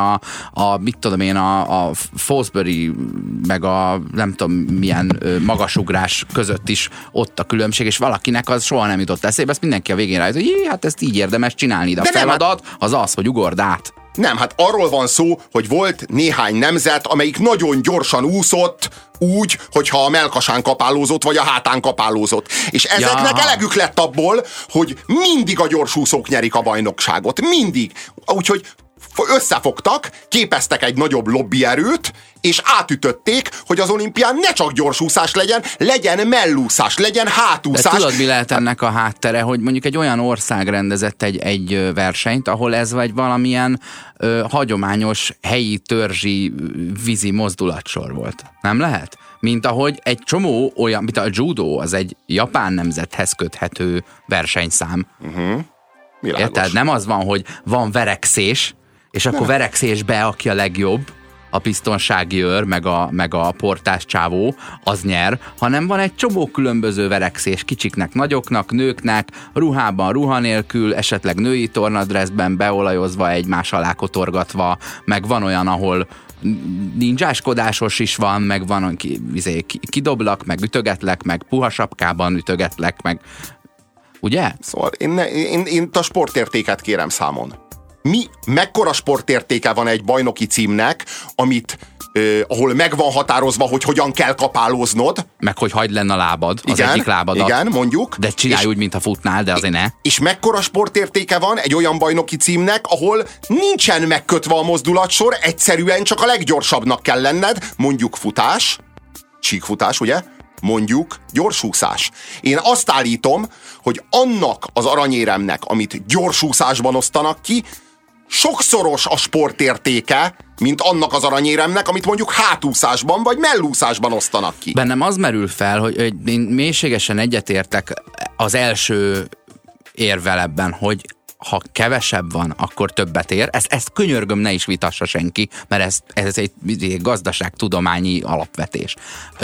a Fosbury meg a nem tudom milyen magasugrás között is ott a különbség, és valakinek az soha nem jutott eszébe, ezt mindenki a végén rájött, hogy hát ezt így érdemes csinálni, de a feladat az, hogy ugord át. Nem, hát arról van szó, hogy volt néhány nemzet, amelyik nagyon gyorsan úszott úgy, hogyha a mellkasán kapálózott, vagy a hátán kapálózott. És ezeknek elegük lett abból, hogy mindig a gyorsúszók nyerik a bajnokságot. Mindig. Úgyhogy összefogtak, képeztek egy nagyobb lobbyerőt, és átütötték, hogy az olimpián ne csak gyorsúszás legyen mellúszás, legyen hátúszás. De tudod, mi lehet ennek a háttere, hogy mondjuk egy olyan ország rendezett egy versenyt, ahol ez vagy valamilyen hagyományos helyi törzsi vízi mozdulatsor volt. Nem lehet? Mint ahogy egy csomó olyan, mint a judo, az egy japán nemzethez köthető versenyszám. Érted? Nem az van, hogy van verekszés, és akkor verekszésbe, aki a legjobb, a biztonsági őr, meg a portás csávó, az nyer, hanem van egy csomó különböző verekszés, kicsiknek, nagyoknak, nőknek, ruhában, ruha nélkül, esetleg női tornadresszben beolajozva, egymás alá kotorgatva, meg van olyan, ahol ninjáskodásos is van, meg van, kidoblak, meg ütögetlek, meg puha sapkában ütögetlek, meg ugye? Szóval én a sportértéket kérem számon. Mekkora sportértéke van egy bajnoki címnek, ahol meg van határozva, hogy hogyan kell kapálóznod. Meg hogy hagyd lenne a lábad, az egyik lábadat. Igen, mondjuk. De csinálj úgy, mintha futnál, de azért ne. És mekkora sportértéke van egy olyan bajnoki címnek, ahol nincsen megkötve a mozdulatsor, egyszerűen csak a leggyorsabbnak kell lenned, mondjuk futás, síkfutás, ugye? Mondjuk gyorsúszás. Én azt állítom, hogy annak az aranyéremnek, amit gyorsúszásban osztanak ki, sokszoros a sportértéke, mint annak az aranyéremnek, amit mondjuk hátúszásban vagy mellúszásban osztanak ki. Bennem az merül fel, hogy én mélységesen egyetértek az első érvel ebben, hogy ha kevesebb van, akkor többet ér. Ezt könyörgöm, ne is vitassa senki, mert ez egy gazdaságtudományi alapvetés.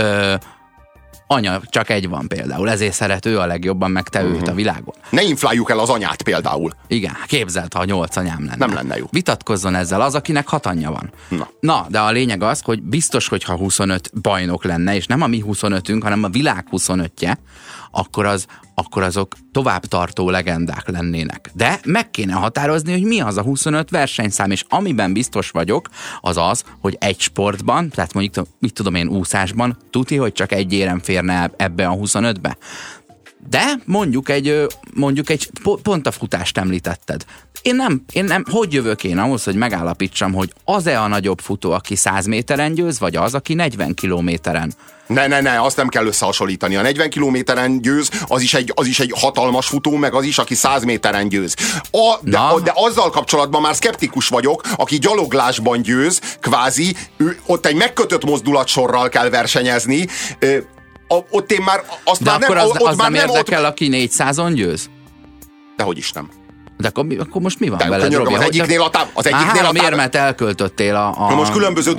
Anya csak egy van például, ezért szeret ő a legjobban, meg te őt a világon. Ne infláljuk el az anyát például. Igen, képzeld, ha 8 anyám lenne. Nem lenne jó. Vitatkozzon ezzel az, akinek 6 anyja van. Na, de a lényeg az, hogy biztos, hogyha 25 bajnok lenne, és nem a mi 25-ünk, hanem a világ 25-je, akkor azok továbbtartó legendák lennének. De meg kéne határozni, hogy mi az a 25 versenyszám, és amiben biztos vagyok, az, hogy egy sportban, tehát mondjuk, mit tudom én, úszásban, tuti, hogy csak egy érem férne ebbe a 25-be. De mondjuk egy pont a futást említetted. Én nem, hogy jövök én ahhoz, hogy megállapítsam, hogy az-e a nagyobb futó, aki 100 méteren győz, vagy az, aki 40 kilométeren? Ne, azt nem kell összehasonlítani. A 40 kilométeren győz, az is egy hatalmas futó, meg az is, aki 100 méteren győz. De azzal kapcsolatban már szkeptikus vagyok, aki gyaloglásban győz, kvázi, ott egy megkötött mozdulatsorral kell versenyezni, ott én már azt de már akkor nem... az nem érdekel, aki 400-on győz? Dehogy is nem. De akkor most mi van de veled, Robi? Az egyiknél a táv... Három érmet elköltöttél a most különböző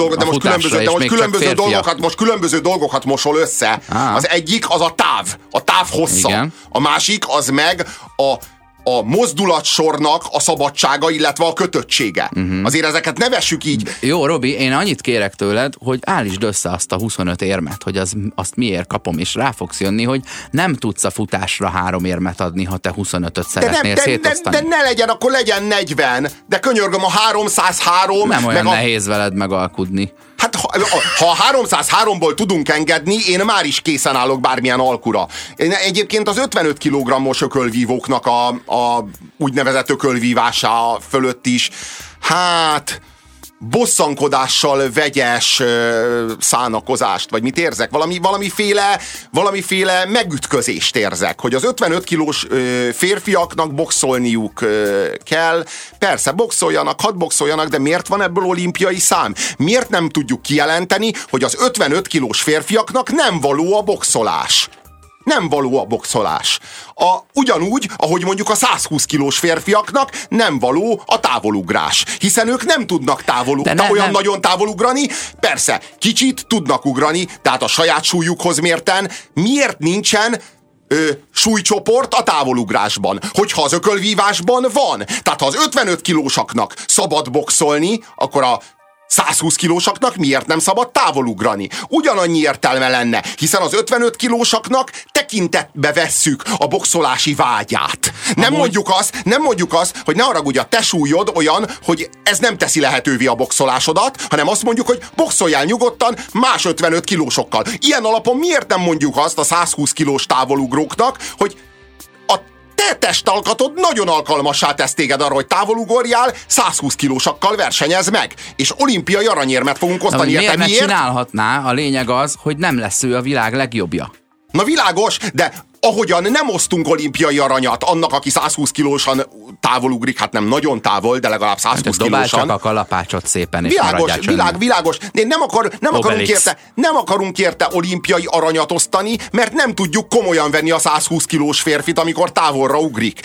dolgokat mosol össze. Az egyik az a táv hossza. Igen. A másik az meg a mozdulatsornak a szabadsága, illetve a kötöttsége. Azért ezeket ne vessük így. Jó, Robi, én annyit kérek tőled, hogy állítsd össze azt a 25 érmet, hogy azt miért kapom, és rá fogsz jönni, hogy nem tudsz a futásra 3 érmet adni, ha te 25-öt szeretnél szétosztani. De ne legyen, akkor legyen 40. De könyörgöm, a 303... Nem olyan nehéz veled megalkudni. Hát ha 303-ból tudunk engedni, én már is készen állok bármilyen alkura. Egyébként az 55 kg-os ökölvívóknak a úgynevezett ökölvívása fölött is, hát bosszankodással vegyes szánakozást, vagy mit érzek? Valamiféle megütközést érzek, hogy az 55 kilós férfiaknak boxolniuk kell. Persze, boxoljanak, hadd boxoljanak, de miért van ebből olimpiai szám? Miért nem tudjuk kijelenteni, hogy az 55 kilós férfiaknak nem való a boxolás? Nem való a boxolás. Ugyanúgy, ahogy mondjuk a 120 kilós férfiaknak nem való a távolugrás. Hiszen ők nem tudnak olyan nagyon távolugrani. Persze, kicsit tudnak ugrani, tehát a saját súlyukhoz mérten. Miért nincsen súlycsoport a távolugrásban? Hogyha az ökölvívásban van. Tehát ha az 55 kilósaknak szabad boxolni, akkor a 120 kilósaknak miért nem szabad távolugrani? Ugyanannyi értelme lenne, hiszen az 55 kilósaknak tekintetbe vesszük a boxolási vágyát. Nem mondjuk azt, hogy ne haragudj, a te súlyod olyan, hogy ez nem teszi lehetővé a boxolásodat, hanem azt mondjuk, hogy boxoljál nyugodtan más 55 kilósokkal. Ilyen alapon miért nem mondjuk azt a 120 kilós távolugróknak, hogy te testalkatod nagyon alkalmassá tesz téged arra, hogy távolugorjál, 120 kilósakkal versenyez meg, és olimpiai aranyérmet fogunk osztani. Miért ne csinálhatná? A lényeg az, hogy nem lesz ő a világ legjobbja. Na világos, de ahogyan nem osztunk olimpiai aranyat annak, aki 120 kilósan távolugrik, hát nem nagyon távol, de legalább 120 kilósan. Dobál csak a kalapácsot szépen, és világos. De nem akarunk érte olimpiai aranyat osztani, mert nem tudjuk komolyan venni a 120 kilós férfit, amikor távolra ugrik.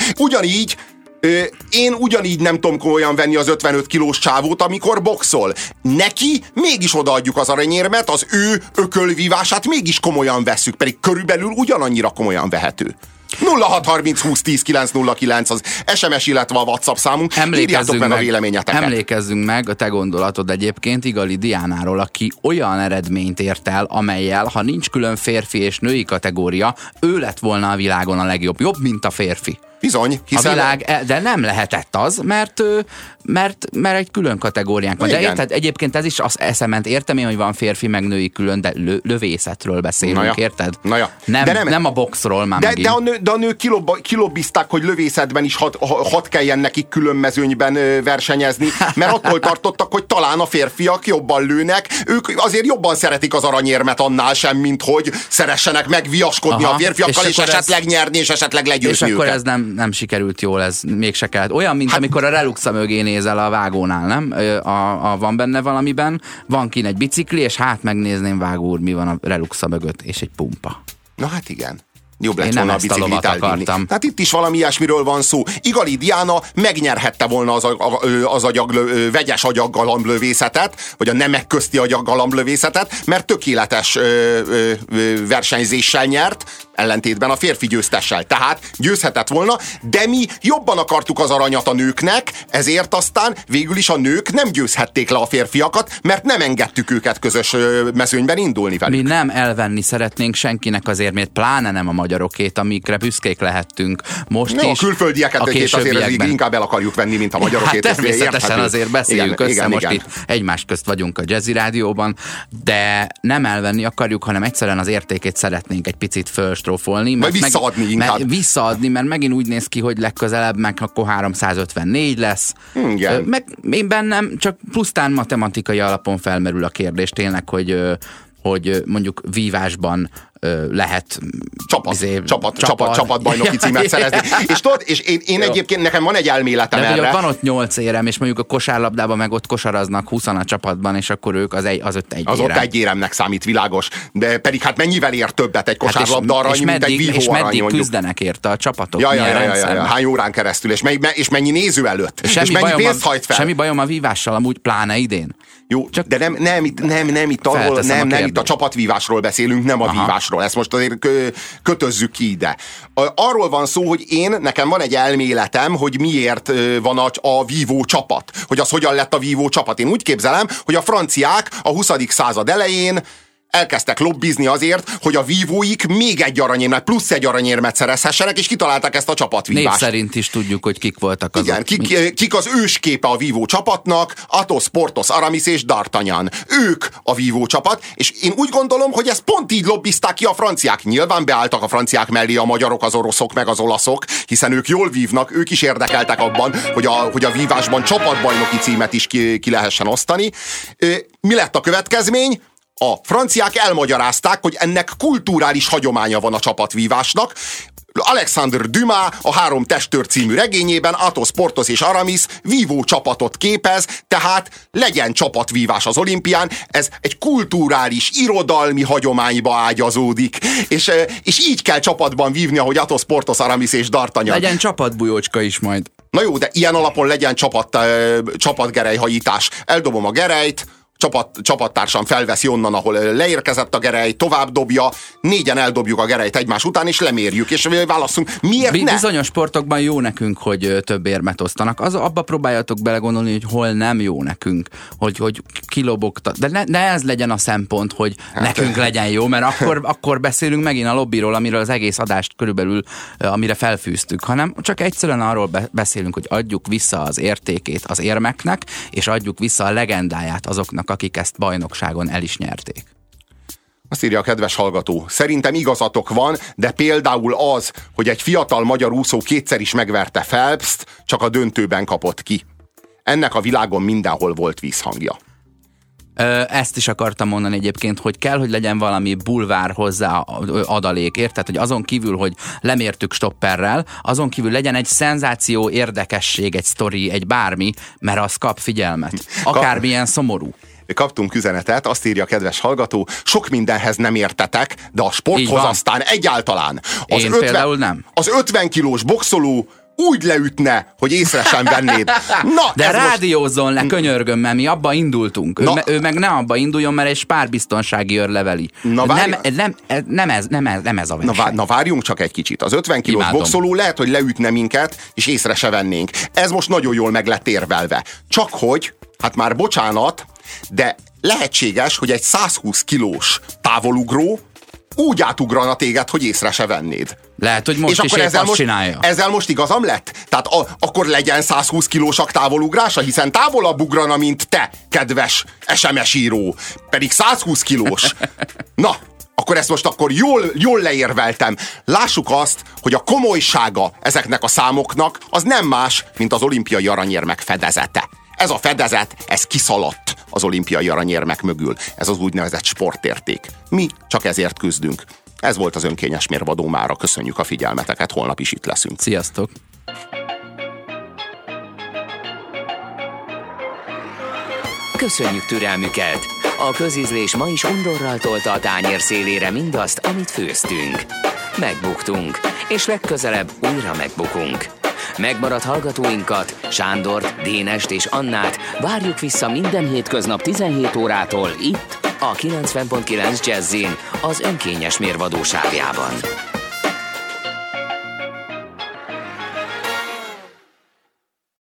Én ugyanígy nem tudom komolyan venni az 55 kilós csávót, amikor boxol. Neki mégis odaadjuk az aranyérmet, az ő ökölvívását mégis komolyan vesszük, pedig körülbelül ugyanannyira komolyan vehető. 0630 20 10 909 az SMS, illetve a WhatsApp számunk. Írjátok meg a véleményeteket. Emlékezzünk meg, a te gondolatod egyébként Igali Diánáról, aki olyan eredményt ért el, amellyel, ha nincs külön férfi és női kategória, ő lett volna a világon a legjobb. Jobb, mint a férfi. Bizony, hiszen... A világ, de nem lehetett az, mert egy külön kategóriánk van. De érted, egyébként ez is az eszement. Értem én, hogy van férfi meg női külön, de lövészetről beszélünk, érted? Nem a boxról már megint. De a nők kilobbizták, hogy lövészetben is hat kelljen nekik külön mezőnyben versenyezni, mert attól tartottak, hogy talán a férfiak jobban lőnek, ők azért jobban szeretik az aranyérmet annál sem, mint hogy szeressenek megviaskodni a férfiakkal, és esetleg nyerni, és esetleg legyőzni őket. És akkor ez nem sikerült jól, ez mégse kellett. Olyan, mint amikor a Reluxa mögé nézel a vágónál, nem? Van benne valamiben, van kint egy bicikli, és hát megnézném, vágó úr, mi van a Reluxa mögött, és egy pumpa. Na hát igen. Jobb lett volna a biciklit elvinni. Tehát itt is valami ilyesmiről van szó. Igali Diana megnyerhette volna az vegyes agyaggalamblövészetet, vagy a nemek közti agyaggalamblövészetet, mert tökéletes versenyzéssel nyert, ellentétben a férfi győztessel. Tehát győzhetett volna, de mi jobban akartuk az aranyat a nőknek, ezért aztán végül is a nők nem győzhették le a férfiakat, mert nem engedtük őket közös mezőnyben indulni velük. Mi nem elvenni szeretnénk senkinek az érmét, pláne nem a magyarokét, amikre büszkék lehettünk. Most no, is. A külföldieket azért inkább el akarjuk venni, mint a magyarokét. Hát természetesen azért beszéljünk össze, most itt egymás közt vagyunk a Jazzy Rádióban, de nem elvenni akarjuk, hanem egyszerűen az értékét szeretnénk egy picit fölstrófolni. Vagy visszaadni inkább. Visszaadni, mert megint úgy néz ki, hogy legközelebb meg akkor 354 lesz. Igen. Meg én bennem csak pusztán matematikai alapon felmerül a kérdés tényleg, hogy mondjuk vívásban lehet csapatbajnoki címet szerezni. És tudod, és én egyébként nekem van egy elméletem de erre. Van ott 8 érem, és mondjuk a kosárlabdában meg ott kosaraznak 20-an a csapatban, és akkor ők az ott egy az érem. Ott egy éremnek számít, világos. De pedig hát mennyivel ér többet egy kosárlabda arany, mint egy vívó arany. És meddig küzdenek érte a csapatok? Hány órán keresztül, és mennyi néző előtt? És mennyi pénzt hajt fel? Semmi bajom a vívással, amúgy pláne idén. Jó, csak de nem itt a csapatvívásról beszélünk, nem a vívásról. Ezt most azért kötözzük ki ide. Arról van szó, hogy nekem van egy elméletem, hogy miért van a vívó csapat. Hogy az hogyan lett a vívó csapat. Én úgy képzelem, hogy a franciák a 20. század elején elkezdtek lobbizni azért, hogy a vívóik még egy aranyérmet, plusz egy aranyérmet szerezhessenek, és kitalálták ezt a csapatvívást. Név szerint is tudjuk, hogy kik voltak azok. Igen, kik az ősképe a vívó csapatnak, Athos, Porthos, Aramis és D'Artagnan. Ők a vívó csapat, és én úgy gondolom, hogy ezt pont így lobbizták ki a franciák. Nyilván beálltak a franciák mellé a magyarok, az oroszok, meg az olaszok, hiszen ők jól vívnak, ők is érdekeltek abban, hogy a vívásban csapatbajnoki címet is ki lehessen osztani. Mi lett a következmény? A franciák elmagyarázták, hogy ennek kulturális hagyománya van a csapatvívásnak. Alexandre Dumas a 3 testőr című regényében Athos, Porthos és Aramis vívó csapatot képez, tehát legyen csapatvívás az olimpián, ez egy kulturális, irodalmi hagyományba ágyazódik, és így kell csapatban vívni, ahogy Athos, Porthos, Aramis és D'Artagnan. Legyen csapatbujócska is majd. Na jó, de ilyen alapon legyen csapatgerelyhajítás. Eldobom a gerelyt, csapattársam felveszi onnan, ahol leérkezett a gerej, tovább dobja, 4-en eldobjuk a gerelyt egymás után, és lemérjük, és válasszunk. Miért ne? Bizonyos sportokban jó nekünk, hogy több érmet osztanak. Abba próbáljatok belegondolni, hogy hol nem jó nekünk, hogy kilobogtat. De ne ez legyen a szempont, hogy nekünk legyen jó, mert akkor beszélünk megint a lobbyról, amiről az egész adást körülbelül, amire felfűztük, hanem csak egyszerűen arról beszélünk, hogy adjuk vissza az értékét az érmeknek, és adjuk vissza a legendáját azoknak, akik ezt bajnokságon el is nyerték. Azt írja a kedves hallgató. Szerintem igazatok van, de például az, hogy egy fiatal magyar úszó 2-szer is megverte Phelpst, csak a döntőben kapott ki. Ennek a világon mindenhol volt vízhangja. Ezt is akartam mondani egyébként, hogy kell, hogy legyen valami bulvár hozzá adalék, érted? Hogy azon kívül, hogy lemértük stopperrel, azon kívül legyen egy szenzáció, érdekesség, egy sztori, egy bármi, mert az kap figyelmet. Akármilyen szomorú. Kaptunk üzenetet, azt írja a kedves hallgató, sok mindenhez nem értetek, de a sporthoz aztán egyáltalán. Én például nem. Az 50 kilós boxoló úgy leütne, hogy észre sem vennéd. Na, de rádiózzon le, könyörgöm, mert mi abba indultunk. Ő meg ne abba induljon, mert egy párbiztonsági őr leveli. Nem ez a verseny. Na várjunk csak egy kicsit. Az 50 kilós boxoló lehet, hogy leütne minket, és észre se vennénk. Ez most nagyon jól meg lett érvelve. Csak hogy, hát már bocsánat, de lehetséges, hogy egy 120 kilós távolugró úgy átugrana téged, hogy észre se vennéd. Lehet, hogy most és is azt csinálja. Ezzel most igazam lett? Tehát akkor legyen 120 kilósak távolugrása, hiszen távolabb ugrana, mint te, kedves SMS író. Pedig 120 kilós. Na, akkor ezt most jól leérveltem. Lássuk azt, hogy a komolysága ezeknek a számoknak az nem más, mint az olimpiai aranyérmek fedezete. Ez a fedezet, ez kiszaladt az olimpiai aranyérmek mögül. Ez az úgynevezett sportérték. Mi csak ezért küzdünk. Ez volt az önkényes mérvadó mára. Köszönjük a figyelmeteket, holnap is itt leszünk. Sziasztok! Köszönjük türelmüket! A közízlés ma is undorral tolta a tányér szélére mindazt, amit főztünk. Megbuktunk, és legközelebb újra megbukunk. Megmaradt hallgatóinkat, Sándort, Dénest és Annát várjuk vissza minden hétköznap 17 órától itt, a 90.9 Jazzin, az önkényes mérvadó sávjában.